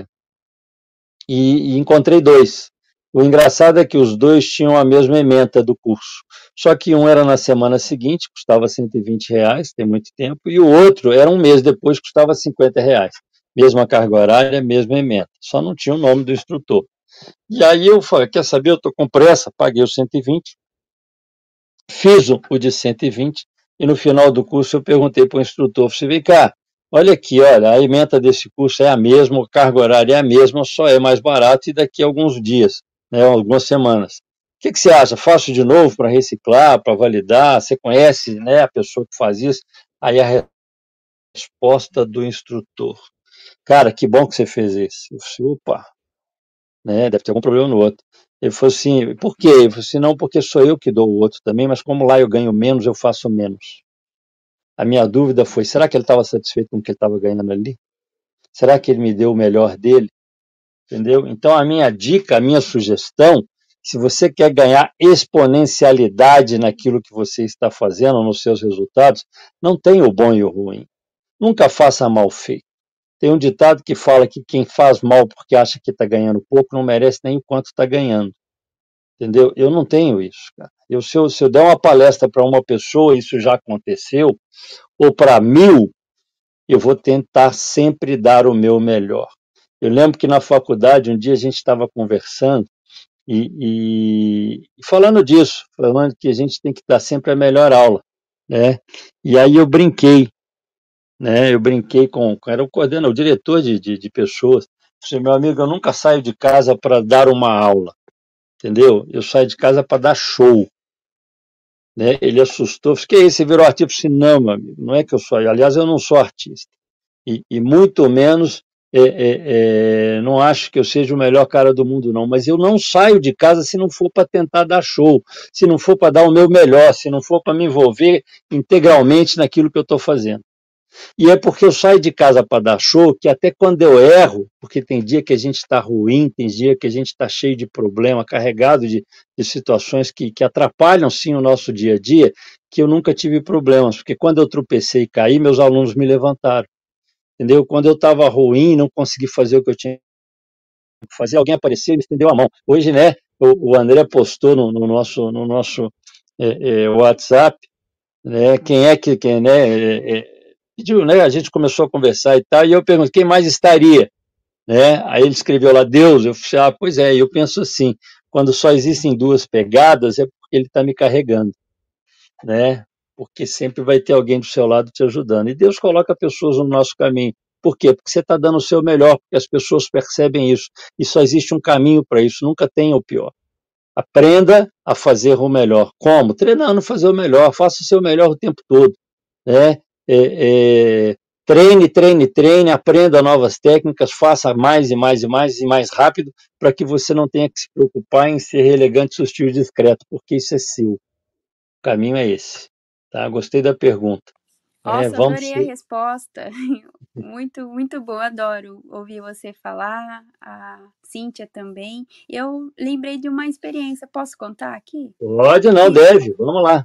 e, e encontrei dois. O engraçado é que os dois tinham a mesma ementa do curso, só que um era na semana seguinte, custava cento e vinte reais, tem muito tempo, e o outro era um mês depois, custava cinquenta reais. Mesma carga horária, mesma ementa, só não tinha o nome do instrutor. E aí eu falei, quer saber, eu estou com pressa, paguei os cento e vinte, fiz o de cento e vinte, e no final do curso eu perguntei para o instrutor, você vem cá, olha aqui, olha, a ementa desse curso é a mesma, a carga horária é a mesma, só é mais barato e daqui a alguns dias, né, algumas semanas. O que, que você acha? Faço de novo para reciclar, para validar? Você conhece, né, a pessoa que faz isso? Aí a resposta do instrutor, cara, que bom que você fez isso. Eu falei, opa, né, deve ter algum problema no outro. Ele falou assim, por quê? Eu falei assim, não, porque sou eu que dou o outro também, mas como lá eu ganho menos, eu faço menos. A minha dúvida foi, será que ele estava satisfeito com o que ele estava ganhando ali? Será que ele me deu o melhor dele? Entendeu? Então a minha dica, a minha sugestão, se você quer ganhar exponencialidade naquilo que você está fazendo, nos seus resultados, não tem o bom e o ruim. Nunca faça mal feito. Tem um ditado que fala que quem faz mal porque acha que está ganhando pouco não merece nem o quanto está ganhando. Entendeu? Eu não tenho isso, cara. Eu, se, eu, se eu der uma palestra para uma pessoa, isso já aconteceu, ou para mil, eu vou tentar sempre dar o meu melhor. Eu lembro que na faculdade, um dia a gente estava conversando e, e, e falando disso, falando que a gente tem que dar sempre a melhor aula, né? E aí eu brinquei, né? Eu brinquei com, era o coordenador, o diretor de, de, de pessoas. Falei, meu amigo, eu nunca saio de casa para dar uma aula, entendeu? Eu saio de casa para dar show. Né? Ele assustou, falei, que é isso? Você virou artista? Eu falei, não, meu amigo, não é que eu sou, aliás, eu não sou artista. E, e muito menos, é, é, é, não acho que eu seja o melhor cara do mundo, não, mas eu não saio de casa se não for para tentar dar show, se não for para dar o meu melhor, se não for para me envolver integralmente naquilo que eu estou fazendo. E é porque eu saio de casa para dar show, que até quando eu erro, porque tem dia que a gente está ruim, tem dia que a gente está cheio de problema, carregado de, de situações que, que atrapalham sim o nosso dia a dia, que eu nunca tive problemas, porque quando eu tropecei e caí, meus alunos me levantaram. Entendeu? Quando eu estava ruim, não consegui fazer o que eu tinha que fazer, alguém apareceu e me estendeu a mão. Hoje, né, o, o André postou no, no nosso, no nosso é, é, WhatsApp, né, quem é que, quem, né, é, é, pediu, né, a gente começou a conversar e tal, e eu perguntei, quem mais estaria? Né? Aí ele escreveu lá, Deus, eu falei, ah, pois é, eu penso assim, quando só existem duas pegadas, é porque ele está me carregando, né? Porque sempre vai ter alguém do seu lado te ajudando. E Deus coloca pessoas no nosso caminho. Por quê? Porque você está dando o seu melhor, porque as pessoas percebem isso, e só existe um caminho para isso, nunca tenha o pior. Aprenda a fazer o melhor. Como? Treinando fazer o melhor, faça o seu melhor o tempo todo, né? É, é, treine, treine, treine, aprenda novas técnicas, faça mais e mais e mais e mais rápido, para que você não tenha que se preocupar em ser elegante, sutil e discreto, porque isso é seu. O caminho é esse. Tá? Gostei da pergunta. É, Nossa, vamos adorei a ser... resposta. Muito, muito bom. Adoro ouvir você falar, a Cíntia também. Eu lembrei de uma experiência. Posso contar aqui? Pode, não, deve. Vamos lá.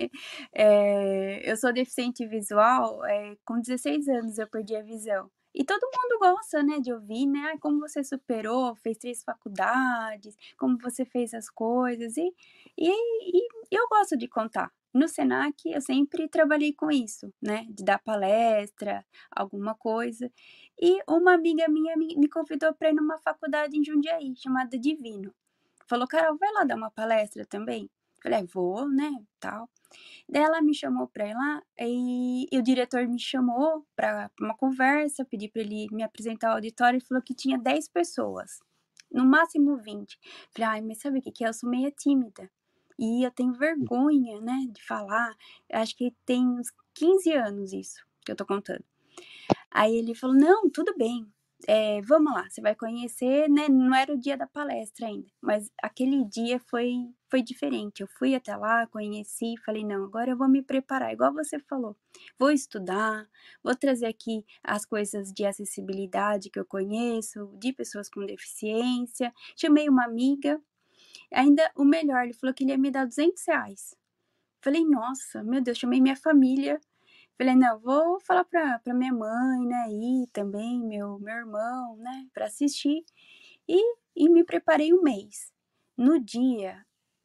É, eu sou deficiente visual, é, com dezesseis anos eu perdi a visão. E todo mundo gosta, né, de ouvir, né, ah, como você superou, fez três faculdades, como você fez as coisas, e, e, e eu gosto de contar. No Senac eu sempre trabalhei com isso, né, de dar palestra, alguma coisa, e uma amiga minha me, me convidou para ir numa faculdade em Jundiaí, chamada Divino. Falou, Carol, vai lá dar uma palestra também? Falei, vou, né, tal. Daí ela me chamou pra ir lá e, e o diretor me chamou pra uma conversa, pedi pra ele me apresentar ao auditório e falou que tinha dez pessoas, no máximo vinte. Falei, ai, mas sabe o que que é? Eu sou meio tímida e eu tenho vergonha, né, de falar. Eu acho que tem uns quinze anos isso que eu tô contando. Aí ele falou, não, tudo bem. É, vamos lá, você vai conhecer, né? Não era o dia da palestra ainda, mas aquele dia foi, foi diferente. Eu fui até lá, conheci, falei, não, agora eu vou me preparar, igual você falou. Vou estudar, vou trazer aqui as coisas de acessibilidade que eu conheço, de pessoas com deficiência. Chamei uma amiga, ainda o melhor, ele falou que ele ia me dar duzentos reais. Falei, nossa, meu Deus, chamei minha família. Falei, não, vou falar pra, pra minha mãe, né, e também meu, meu irmão, né, pra assistir. E, e me preparei um mês. No dia,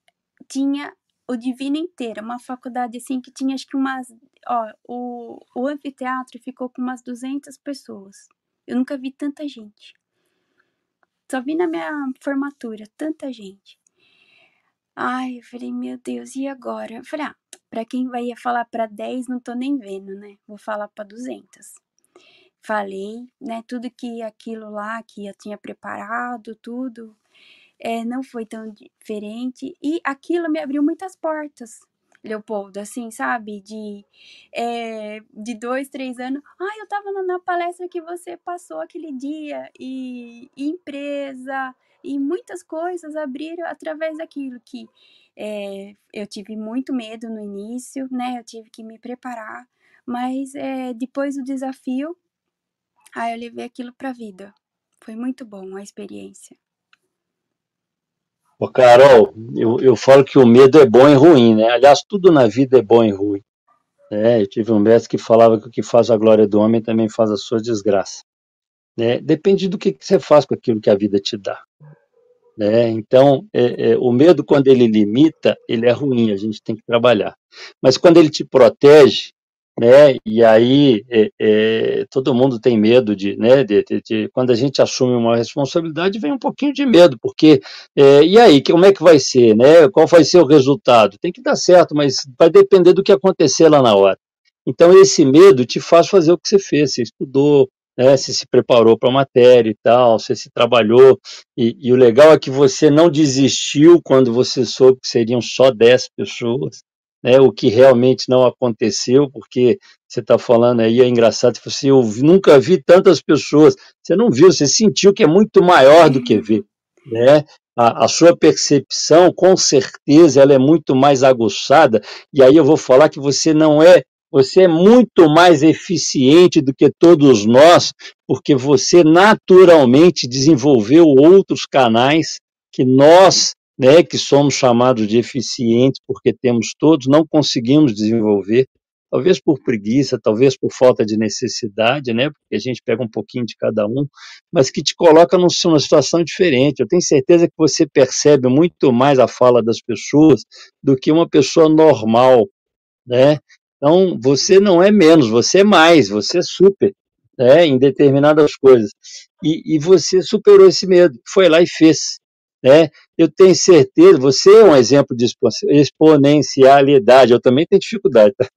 tinha o Divino inteiro, uma faculdade assim que tinha acho que umas, ó, o, o anfiteatro ficou com umas duzentas pessoas. Eu nunca vi tanta gente. Só vi na minha formatura, tanta gente. Ai, eu falei, meu Deus, e agora? Eu falei, ah, pra quem vai falar pra dez, não tô nem vendo, né? Vou falar pra duzentas. Falei, né, tudo que aquilo lá que eu tinha preparado, tudo, é, não foi tão diferente. E aquilo me abriu muitas portas, Leopoldo, assim, sabe? De, é, de dois, três anos. Ah, eu tava na, na palestra que você passou aquele dia. E, e empresa, e muitas coisas abriram através daquilo que é, eu tive muito medo no início, né? Eu tive que me preparar. Mas é, depois do desafio, aí eu levei aquilo pra vida. Foi muito bom a experiência. Ô, Carol, eu, eu falo que o medo é bom e ruim, né? Aliás, tudo na vida é bom e ruim. Né? Eu tive um mestre que falava que o que faz a glória do homem também faz a sua desgraça. Né? Depende do que, que você faz com aquilo que a vida te dá. Né? Então, é, é, o medo, quando ele limita, ele é ruim, a gente tem que trabalhar. Mas quando ele te protege, né? E aí é, é, todo mundo tem medo de, né? De, de, de, quando a gente assume uma responsabilidade, vem um pouquinho de medo, porque é, e aí, como é que vai ser, né? Qual vai ser o resultado? Tem que dar certo, mas vai depender do que acontecer lá na hora. Então, esse medo te faz fazer o que você fez, você estudou, né, você se preparou para a matéria e tal, você se trabalhou, e, e o legal é que você não desistiu quando você soube que seriam só dez pessoas, né, o que realmente não aconteceu, porque você está falando aí, é engraçado, você eu nunca vi tantas pessoas, você não viu, você sentiu que é muito maior do que ver, né? A, a sua percepção, com certeza, ela é muito mais aguçada, e aí eu vou falar que você não é Você é muito mais eficiente do que todos nós, porque você naturalmente desenvolveu outros canais que nós, né, que somos chamados de eficientes, porque temos todos, não conseguimos desenvolver, talvez por preguiça, talvez por falta de necessidade, né, porque a gente pega um pouquinho de cada um, mas que te coloca numa situação diferente. Eu tenho certeza que você percebe muito mais a fala das pessoas do que uma pessoa normal, né? Então, você não é menos, você é mais, você é super, né, em determinadas coisas. E, e você superou esse medo, foi lá e fez. né? Eu tenho certeza, você é um exemplo de exponencialidade, eu também tenho dificuldade, tá?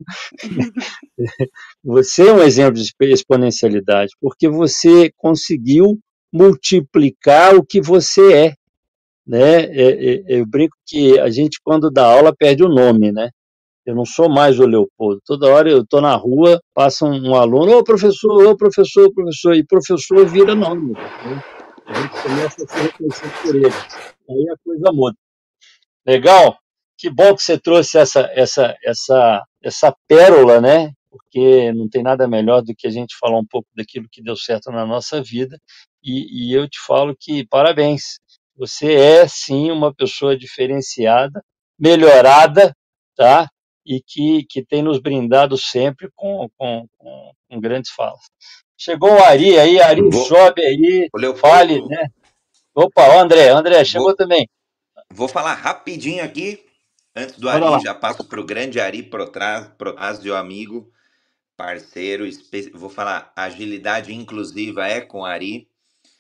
Você é um exemplo de exponencialidade, porque você conseguiu multiplicar o que você é, né? Eu brinco que a gente, quando dá aula, perde o nome, né? Eu não sou mais o Leopoldo. Toda hora eu estou na rua, passa um, um aluno, ô professor, ô professor, professor, e professor vira nome, né? A gente começa a ser reconhecido por ele. Aí a coisa muda. Legal? Que bom que você trouxe essa, essa, essa, essa pérola, né? Porque não tem nada melhor do que a gente falar um pouco daquilo que deu certo na nossa vida. E, e eu te falo que parabéns. Você é sim uma pessoa diferenciada, melhorada, tá? E que, que tem nos brindado sempre com, com, com, com grandes falas. Chegou o Ari aí, Ari, Vou, sobe aí, o fale, Leopoldo, né? Opa, o André, André, chegou vou, também. vou falar rapidinho aqui, antes do Bora lá. Ari, já passo para o grande Ari Protásio, Protásio, amigo, parceiro, espe- vou falar, agilidade inclusiva é com o Ari.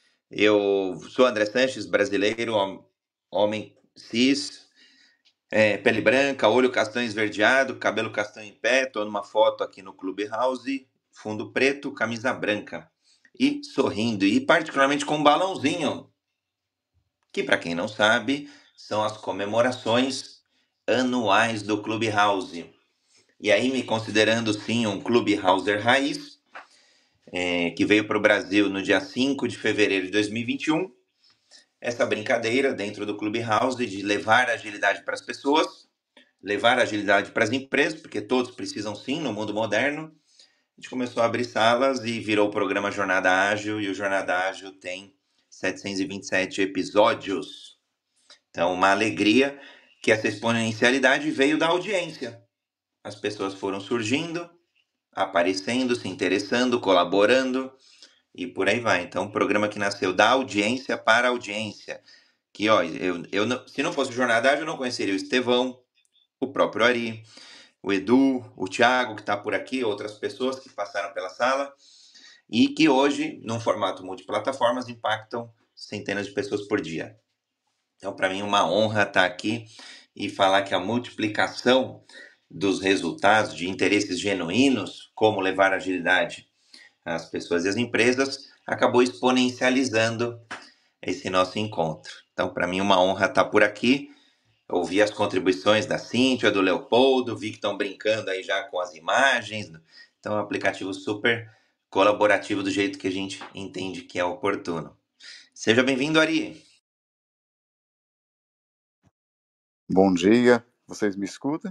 Eu sou André Sanches, brasileiro, hom- homem cis, é, pele branca, olho castanho esverdeado, cabelo castanho em pé, tô numa foto aqui no Clubhouse, fundo preto, camisa branca. E sorrindo, e particularmente com um balãozinho, que para quem não sabe, são as comemorações anuais do Clubhouse. E aí, me considerando sim um Clubhouser raiz, é, que veio para o Brasil no dia cinco de fevereiro de dois mil e vinte e um, essa brincadeira dentro do Clubhouse de levar agilidade para as pessoas, levar agilidade para as empresas, porque todos precisam sim no mundo moderno. A gente começou a abrir salas e virou o programa Jornada Ágil, e o Jornada Ágil tem setecentos e vinte e sete episódios. Então, uma alegria que essa exponencialidade veio da audiência. As pessoas foram surgindo, aparecendo, se interessando, colaborando e por aí vai. Então, um programa que nasceu da audiência para a audiência. Que, ó, eu, eu não, se não fosse o Jornada Ágil, eu não conheceria o Estevão, o próprio Ari, o Edu, o Thiago, que está por aqui, outras pessoas que passaram pela sala e que hoje, num formato multiplataformas, impactam centenas de pessoas por dia. Então, para mim, é uma honra estar aqui e falar que a multiplicação dos resultados de interesses genuínos, como levar agilidade às pessoas e às empresas, acabou exponencializando esse nosso encontro. Então, para mim, é uma honra estar por aqui. Ouvi as contribuições da Cíntia, do Leopoldo, vi que estão brincando aí já com as imagens. Então, é um aplicativo super colaborativo do jeito que a gente entende que é oportuno. Seja bem-vindo, Ari. Bom dia, vocês me escutam?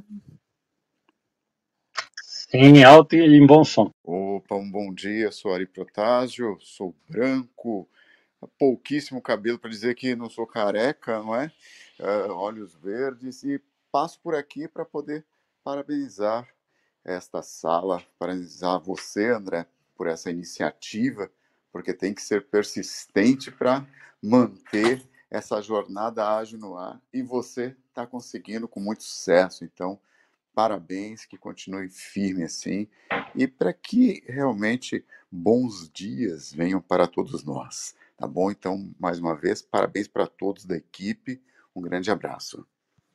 Em alto e em bom som. Opa, um bom dia, sou Ari Protásio, sou branco, pouquíssimo cabelo para dizer que não sou careca, não é? Uh, olhos verdes e passo por aqui para poder parabenizar esta sala, parabenizar você, André, por essa iniciativa, porque tem que ser persistente para manter essa jornada ágil no ar e você está conseguindo com muito sucesso, então parabéns, que continue firme assim e para que realmente bons dias venham para todos nós, tá bom? Então, mais uma vez, parabéns para todos da equipe, um grande abraço.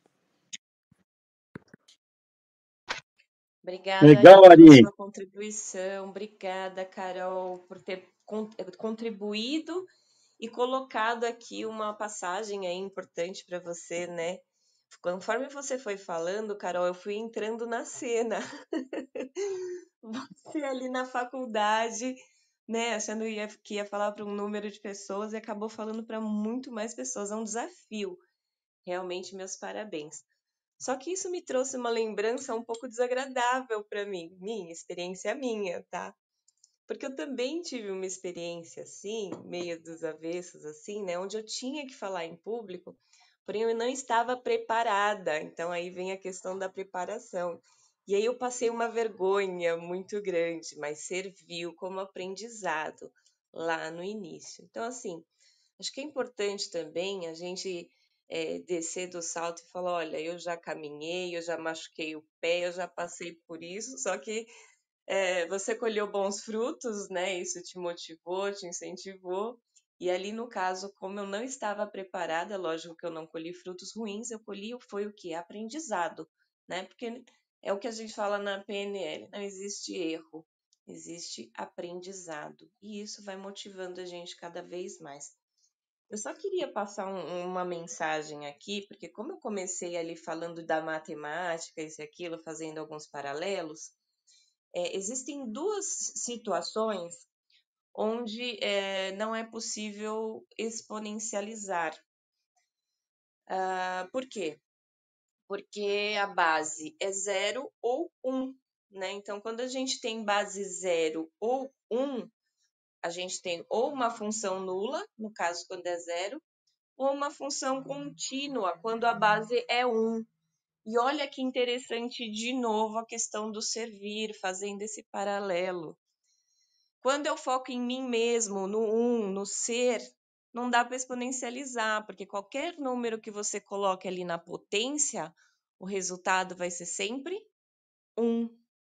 Obrigada, Legal, Ari, pela Ari. sua contribuição. Obrigada, Carol, por ter contribuído e colocado aqui uma passagem aí importante para você, né? Conforme você foi falando, Carol, eu fui entrando na cena. Você ali na faculdade, né, achando ia, que ia falar para um número de pessoas e acabou falando para muito mais pessoas. É um desafio. Realmente, meus parabéns. Só que isso me trouxe uma lembrança um pouco desagradável para mim, minha experiência minha, tá? Porque eu também tive uma experiência assim, meio dos avessos, assim, né? Onde eu tinha que falar em público, porém eu não estava preparada. Então aí vem a questão da preparação. E aí eu passei uma vergonha muito grande, mas serviu como aprendizado lá no início. Então, assim, acho que é importante também a gente é, descer do salto e falar: olha, eu já caminhei, eu já machuquei o pé, eu já passei por isso, só que é, você colheu bons frutos, né? Isso te motivou, te incentivou. E ali, no caso, como eu não estava preparada, lógico que eu não colhi frutos ruins, eu colhi foi o quê? Aprendizado, né? Porque é o que a gente fala na P N L, não existe erro, existe aprendizado. E isso vai motivando a gente cada vez mais. Eu só queria passar um- uma mensagem aqui, porque como eu comecei ali falando da matemática, isso e aquilo, fazendo alguns paralelos, é, existem duas situações onde é, não é possível exponencializar. Ah, por quê? Porque a base é zero ou um, né? Então, quando a gente tem base zero ou um, a gente tem ou uma função nula, no caso quando é zero, ou uma função contínua, quando a base é um. E olha que interessante de novo a questão do servir, fazendo esse paralelo. Quando eu foco em mim mesmo, no um, no ser, não dá para exponencializar, porque qualquer número que você coloque ali na potência, o resultado vai ser sempre um.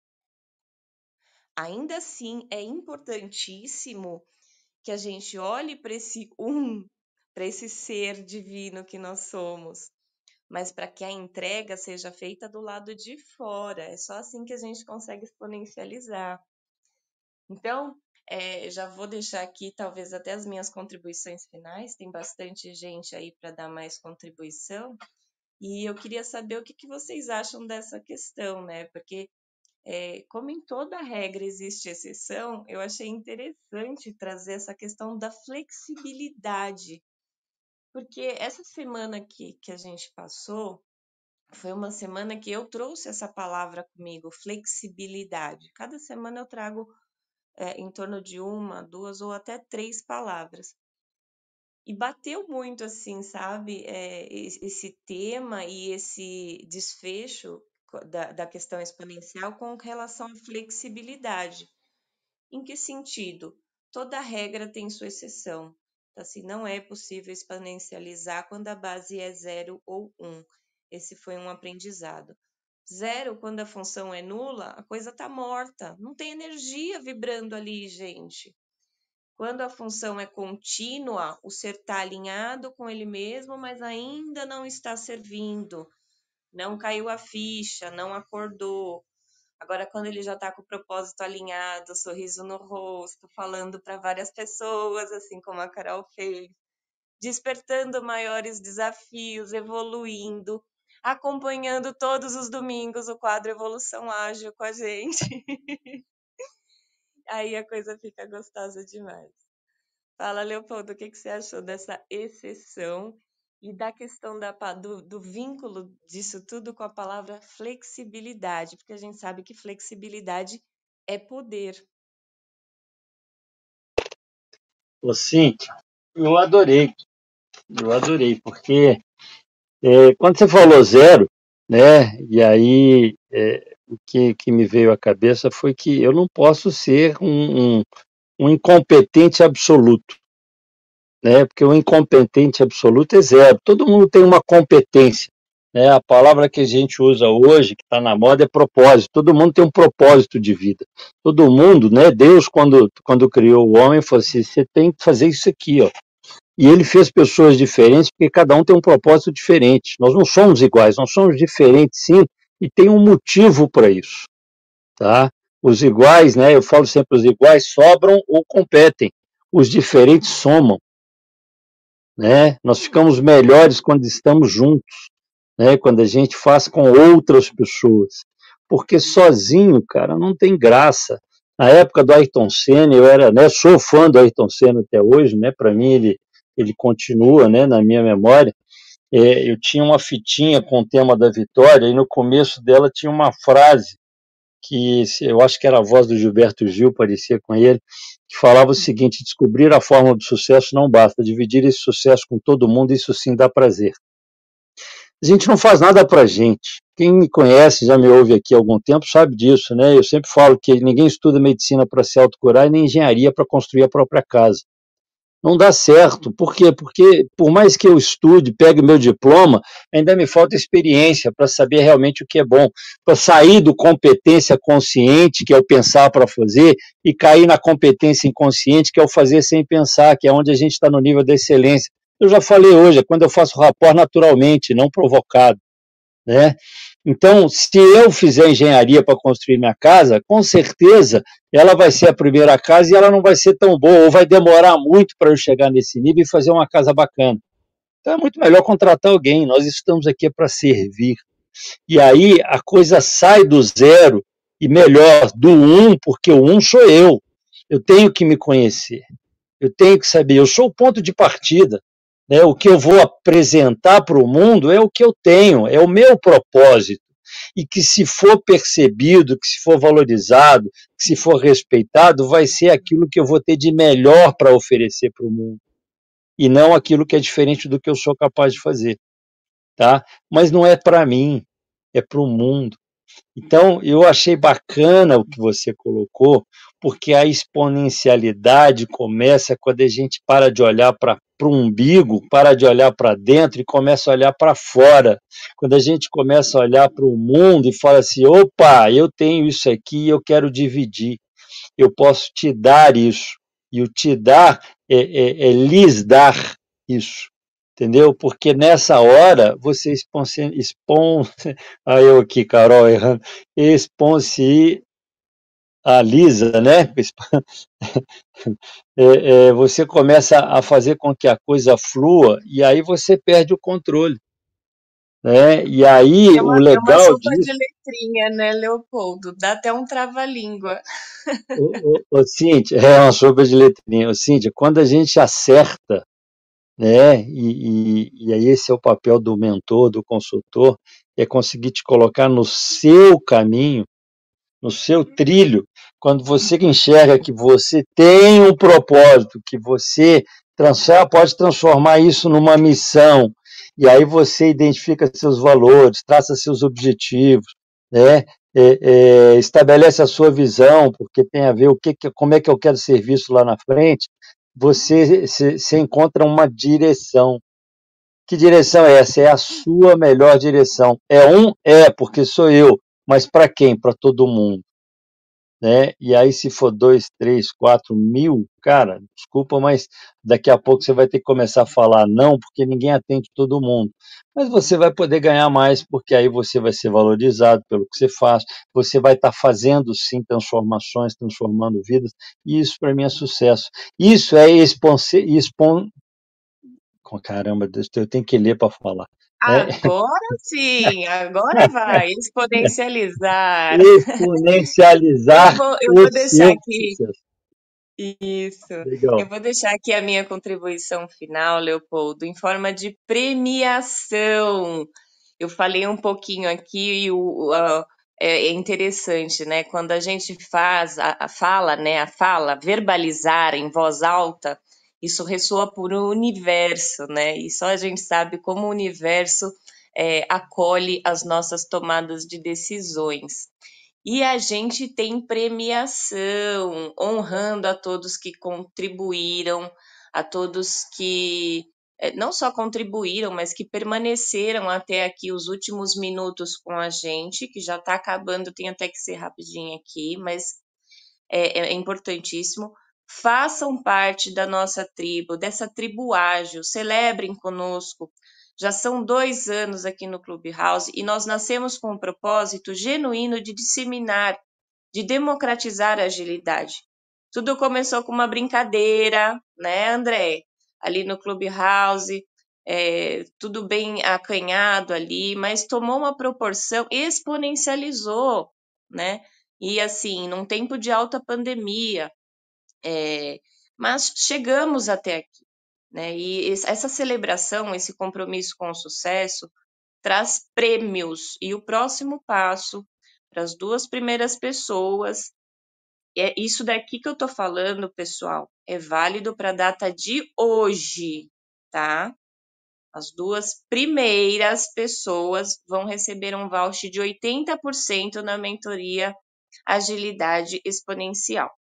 Ainda assim, é importantíssimo que a gente olhe para esse um, para esse ser divino que nós somos, mas para que a entrega seja feita do lado de fora. É só assim que a gente consegue exponencializar. Então, é, já vou deixar aqui talvez até as minhas contribuições finais, tem bastante gente aí para dar mais contribuição, e eu queria saber o que, que vocês acham dessa questão, né? Porque, é, como em toda regra existe exceção, eu achei interessante trazer essa questão da flexibilidade, porque essa semana que, que a gente passou foi uma semana que eu trouxe essa palavra comigo, flexibilidade. Cada semana eu trago é, em torno de uma, duas ou até três palavras. E bateu muito, assim, sabe, é, esse tema e esse desfecho da, da questão exponencial com relação à flexibilidade. Em que sentido? Toda regra tem sua exceção. Assim, não é possível exponencializar quando a base é zero ou um. Esse foi um aprendizado. Zero, quando a função é nula, a coisa está morta. Não tem energia vibrando ali, gente. Quando a função é contínua, o ser está alinhado com ele mesmo, mas ainda não está servindo. Não caiu a ficha, não acordou. Agora, quando ele já está com o propósito alinhado, sorriso no rosto, falando para várias pessoas, assim como a Carol fez, despertando maiores desafios, evoluindo, acompanhando todos os domingos o quadro Evolução Ágil com a gente. Aí a coisa fica gostosa demais. Fala, Leopoldo, o que, que você achou dessa exceção e da questão da, do, do vínculo disso tudo com a palavra flexibilidade? Porque a gente sabe que flexibilidade é poder. Ô, Cíntia, eu adorei, eu adorei, porque é, quando você falou zero, né, e aí é, o que, que me veio à cabeça foi que eu não posso ser um, um, um incompetente absoluto, né, porque o incompetente absoluto é zero, todo mundo tem uma competência, né, a palavra que a gente usa hoje, que está na moda, é propósito, todo mundo tem um propósito de vida, todo mundo, né, Deus, quando, quando criou o homem, falou assim, você tem que fazer isso aqui, ó. E ele fez pessoas diferentes, porque cada um tem um propósito diferente. Nós não somos iguais, nós somos diferentes, sim, e tem um motivo para isso, tá? Os iguais, né? Eu falo sempre, os iguais sobram ou competem. Os diferentes somam, né? Nós ficamos melhores quando estamos juntos, né? Quando a gente faz com outras pessoas. Porque sozinho, cara, não tem graça. Na época do Ayrton Senna, eu era, né, sou fã do Ayrton Senna até hoje, né? Para mim ele ele continua, né, na minha memória. É, eu tinha uma fitinha com o tema da vitória e no começo dela tinha uma frase que eu acho que era a voz do Gilberto Gil, parecia com ele, que falava o seguinte: descobrir a fórmula do sucesso não basta, dividir esse sucesso com todo mundo, isso sim dá prazer. A gente não faz nada pra gente. Quem me conhece, já me ouve aqui há algum tempo, sabe disso, né? Eu sempre falo que ninguém estuda medicina para se autocurar e nem engenharia para construir a própria casa. não dá certo. Por quê? Porque, por mais que eu estude, pegue meu diploma, ainda me falta experiência para saber realmente o que é bom, para sair do competência consciente, que é o pensar para fazer, e cair na competência inconsciente, que é o fazer sem pensar, que é onde a gente está no nível da excelência. Eu já falei hoje, é quando eu faço rapport naturalmente, não provocado, né? Então, se eu fizer engenharia para construir minha casa, com certeza ela vai ser a primeira casa e ela não vai ser tão boa, ou vai demorar muito para eu chegar nesse nível e fazer uma casa bacana. Então é muito melhor contratar alguém, nós estamos aqui para servir. E aí a coisa sai do zero e melhor, do um, porque o um sou eu. Eu tenho que me conhecer, eu tenho que saber, eu sou o ponto de partida. Né? O que eu vou apresentar para o mundo é o que eu tenho, é o meu propósito. E que se for percebido, que se for valorizado, que se for respeitado, vai ser aquilo que eu vou ter de melhor para oferecer para o mundo. E não aquilo que é diferente do que eu sou capaz de fazer. Tá? Mas não é para mim, é para o mundo. Então, eu achei bacana o que você colocou, porque a exponencialidade começa quando a gente para de olhar para o umbigo, para de olhar para dentro e começa a olhar para fora. Quando a gente começa a olhar para o mundo e fala assim, opa, eu tenho isso aqui e eu quero dividir, eu posso te dar isso. E o te dar é, é, é lhes dar isso. Entendeu? Porque nessa hora você expõe, expõe aí eu aqui, Carol, errando, exponencializa, né? É, é, você começa a fazer com que a coisa flua e aí você perde o controle. Né? E aí É o uma, é uma legal sopa de disso. letrinha, né, Leopoldo? Dá até um trava-língua. Ô, ô, ô, Cíntia, é uma sopa de letrinha. Ô, Cíntia, quando a gente acerta, né? E, e, e aí esse é o papel do mentor, do consultor, é conseguir te colocar no seu caminho, no seu trilho, quando você enxerga que você tem um propósito, que você transforma, pode transformar isso numa missão, e aí você identifica seus valores, traça seus objetivos, né? É, é, estabelece a sua visão, porque tem a ver o que, como é que eu quero ser visto lá na frente, você se, se encontra uma direção. Que direção é essa? É a sua melhor direção. É um? É, porque sou eu. Mas para quem? Para todo mundo. Né? E aí, se for dois, três, quatro mil, cara, desculpa, mas daqui a pouco você vai ter que começar a falar não, porque ninguém atende todo mundo. Mas você vai poder ganhar mais, porque aí você vai ser valorizado pelo que você faz, você vai estar fazendo, sim, transformações, transformando vidas, e isso para mim é sucesso. Isso é expon... expon... Caramba, eu tenho que ler para falar. Né? Agora sim, agora vai exponencializar. Eu Exponencializar vou, eu o vou deixar seu aqui. sucesso. Isso. Eu Legal. vou deixar aqui a minha contribuição final, Leopoldo, em forma de premiação. Eu falei um pouquinho aqui e o, a- é é interessante, né? Quando a gente faz a, a fala, né? A fala, verbalizar em voz alta, isso ressoa por um universo, né? E só a gente sabe como o universo é, acolhe as nossas tomadas de decisões. E a gente tem premiação, honrando a todos que contribuíram, a todos que eh, não só contribuíram, mas que permaneceram até aqui os últimos minutos com a gente, que já está acabando, tem até que ser rapidinho aqui, mas é, é importantíssimo. Façam parte da nossa tribo, dessa tribo ágil, celebrem conosco. Já são dois anos aqui no Clubhouse e nós nascemos com o propósito genuíno de disseminar, de democratizar a agilidade. Tudo começou com uma brincadeira, né, André? Ali no Clubhouse, é, tudo bem acanhado ali, mas tomou uma proporção, exponencializou, né? E assim, num tempo de alta pandemia, é, mas chegamos até aqui, né? E essa celebração, esse compromisso com o sucesso, traz prêmios. E o próximo passo para as duas primeiras pessoas, é isso daqui que eu tô falando, pessoal, é válido para a data de hoje, tá? As duas primeiras pessoas vão receber um voucher de oitenta por cento na mentoria Agilidade Exponencial.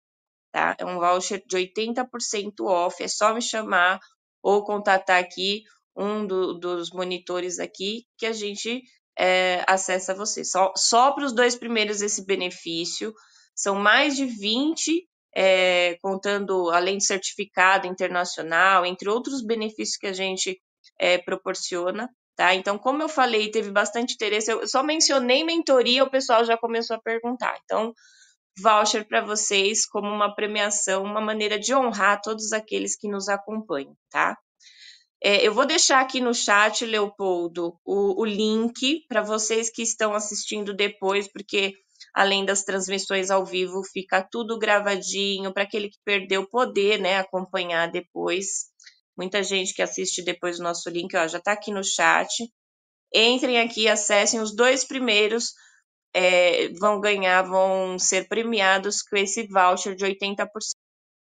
tá? É um voucher de oitenta por cento off, é só me chamar ou contatar aqui um do, dos monitores aqui que a gente é, acessa você. Só, só para os dois primeiros esse benefício, são mais de vinte, é, contando além de certificado internacional, entre outros benefícios que a gente é, proporciona, tá? Então, como eu falei, teve bastante interesse, eu só mencionei mentoria, o pessoal já começou a perguntar. Então, voucher para vocês como uma premiação, uma maneira de honrar todos aqueles que nos acompanham, tá? É, eu vou deixar aqui no chat, Leopoldo, o, o link para vocês que estão assistindo depois, porque além das transmissões ao vivo, fica tudo gravadinho para aquele que perdeu poder, né, acompanhar depois. Muita gente que assiste depois o nosso link, ó, já está aqui no chat. Entrem aqui, acessem os dois primeiros, é, vão ganhar, vão ser premiados com esse voucher de oitenta por cento.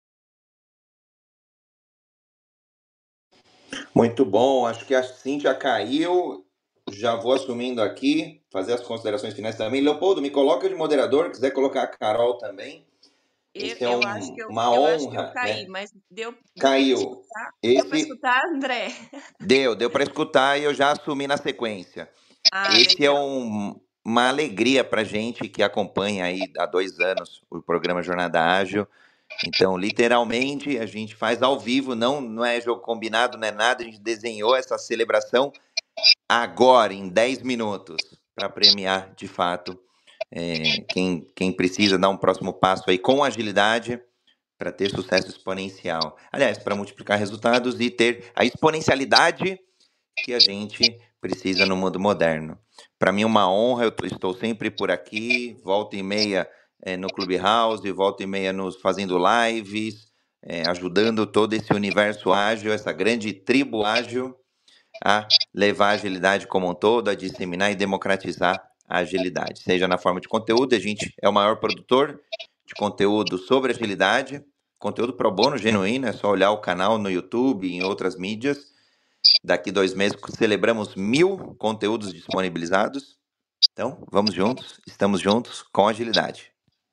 Muito bom, acho que a Cíntia caiu, já vou assumindo aqui, fazer as considerações finais também. Leopoldo, me coloca de moderador, quiser colocar a Carol também. Esse eu, é eu um, acho que eu, uma eu honra, acho que eu caí, né? mas deu, Caiu. deu para escutar? Esse... Deu para escutar, André? Deu, deu para escutar e eu já assumi na sequência. Ah, Esse legal. é um, uma alegria para gente que acompanha aí há dois anos o programa Jornada Ágil. Então, literalmente, a gente faz ao vivo, não, não é jogo combinado, não é nada, a gente desenhou essa celebração agora, em dez minutos, para premiar, de fato, é, quem, quem precisa dar um próximo passo aí com agilidade para ter sucesso exponencial. Aliás, para multiplicar resultados e ter a exponencialidade que a gente precisa no mundo moderno. Para mim, uma honra, eu estou sempre por aqui, volta e meia é, no Clubhouse, volta e meia nos fazendo lives, é, ajudando todo esse universo ágil, essa grande tribo ágil, a levar a agilidade como um todo, a disseminar e democratizar a agilidade. Seja na forma de conteúdo, a gente é o maior produtor de conteúdo sobre agilidade, conteúdo pro bono genuíno, é só olhar o canal no YouTube e em outras mídias. Daqui dois meses celebramos mil conteúdos disponibilizados. Então, vamos juntos, estamos juntos com agilidade.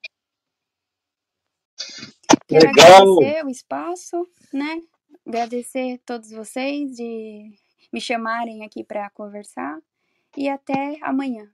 Quero Legal. agradecer o espaço, né? Agradecer a todos vocês de me chamarem aqui para conversar e até amanhã.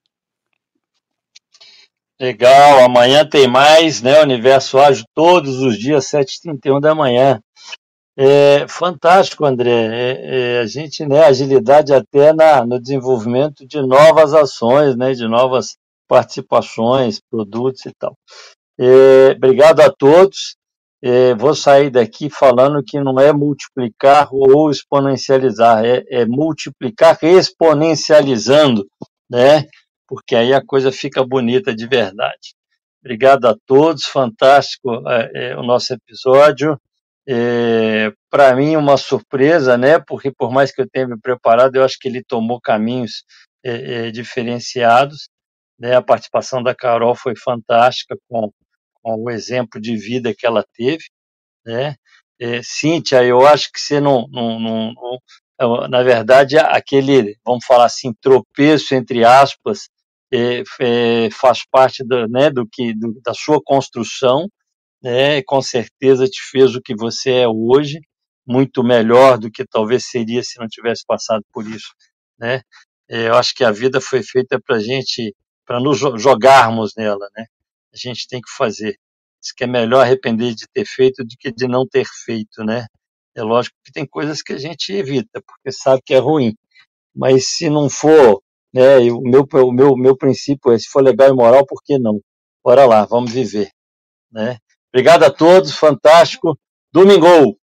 Legal, amanhã tem mais, né? Universo Ágil todos os dias, sete e trinta e um da manhã. É fantástico, André. É, é, a gente, né, agilidade até na, no desenvolvimento de novas ações, né, de novas participações, produtos e tal. É, obrigado a todos. É, vou sair daqui falando que não é multiplicar ou exponencializar, é, é multiplicar exponencializando, né? Porque aí a coisa fica bonita de verdade. Obrigado a todos, fantástico é, é, o nosso episódio. É, para mim, uma surpresa, né? Porque por mais que eu tenha me preparado, eu acho que ele tomou caminhos é, é, diferenciados. Né? A participação da Carol foi fantástica com, com o exemplo de vida que ela teve. Né? É, Cíntia, eu acho que você não, não, não, não, na verdade, aquele, vamos falar assim, tropeço, entre aspas, é, é, faz parte do, né, do que, do, da sua construção, né? Com certeza te fez o que você é hoje, muito melhor do que talvez seria se não tivesse passado por isso. Né? É, eu acho que a vida foi feita para a gente, para nos jogarmos nela, né? A gente tem que fazer. Diz que é melhor arrepender de ter feito do que de não ter feito, né? É lógico que tem coisas que a gente evita, porque sabe que é ruim. Mas se não for, né, o meu, o meu, meu princípio é, se for legal e moral, por que não? Bora lá, vamos viver. Né? Obrigado a todos, fantástico. Domingo!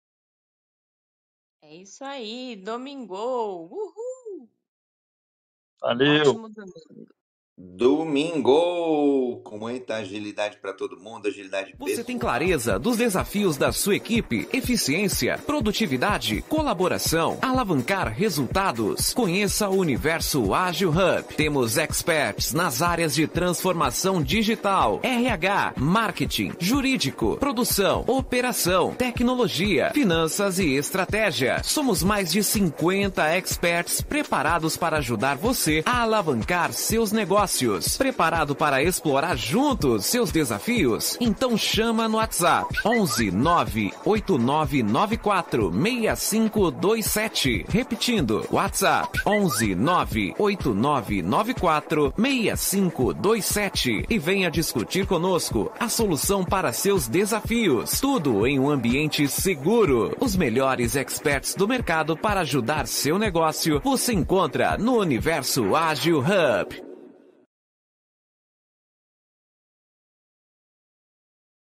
É isso aí, domingo! Uhul! Valeu! Ótimo domingo. Domingo, com muita agilidade para todo mundo, agilidade pessoal. Você tem clareza dos desafios da sua equipe, eficiência, produtividade, colaboração, alavancar resultados. Conheça o Universo Ágil Hub. Temos experts nas áreas de transformação digital, R H, marketing, jurídico, produção, operação, tecnologia, finanças e estratégia. Somos mais de cinquenta experts preparados para ajudar você a alavancar seus negócios. negócios. Preparado para explorar juntos seus desafios? Então chama no WhatsApp onze nove oito nove nove quatro seis cinco dois sete. Repetindo, WhatsApp onze nove oito nove nove quatro seis cinco dois sete e venha discutir conosco a solução para seus desafios. Tudo em um ambiente seguro. Os melhores experts do mercado para ajudar seu negócio você encontra no Universo Ágil Hub.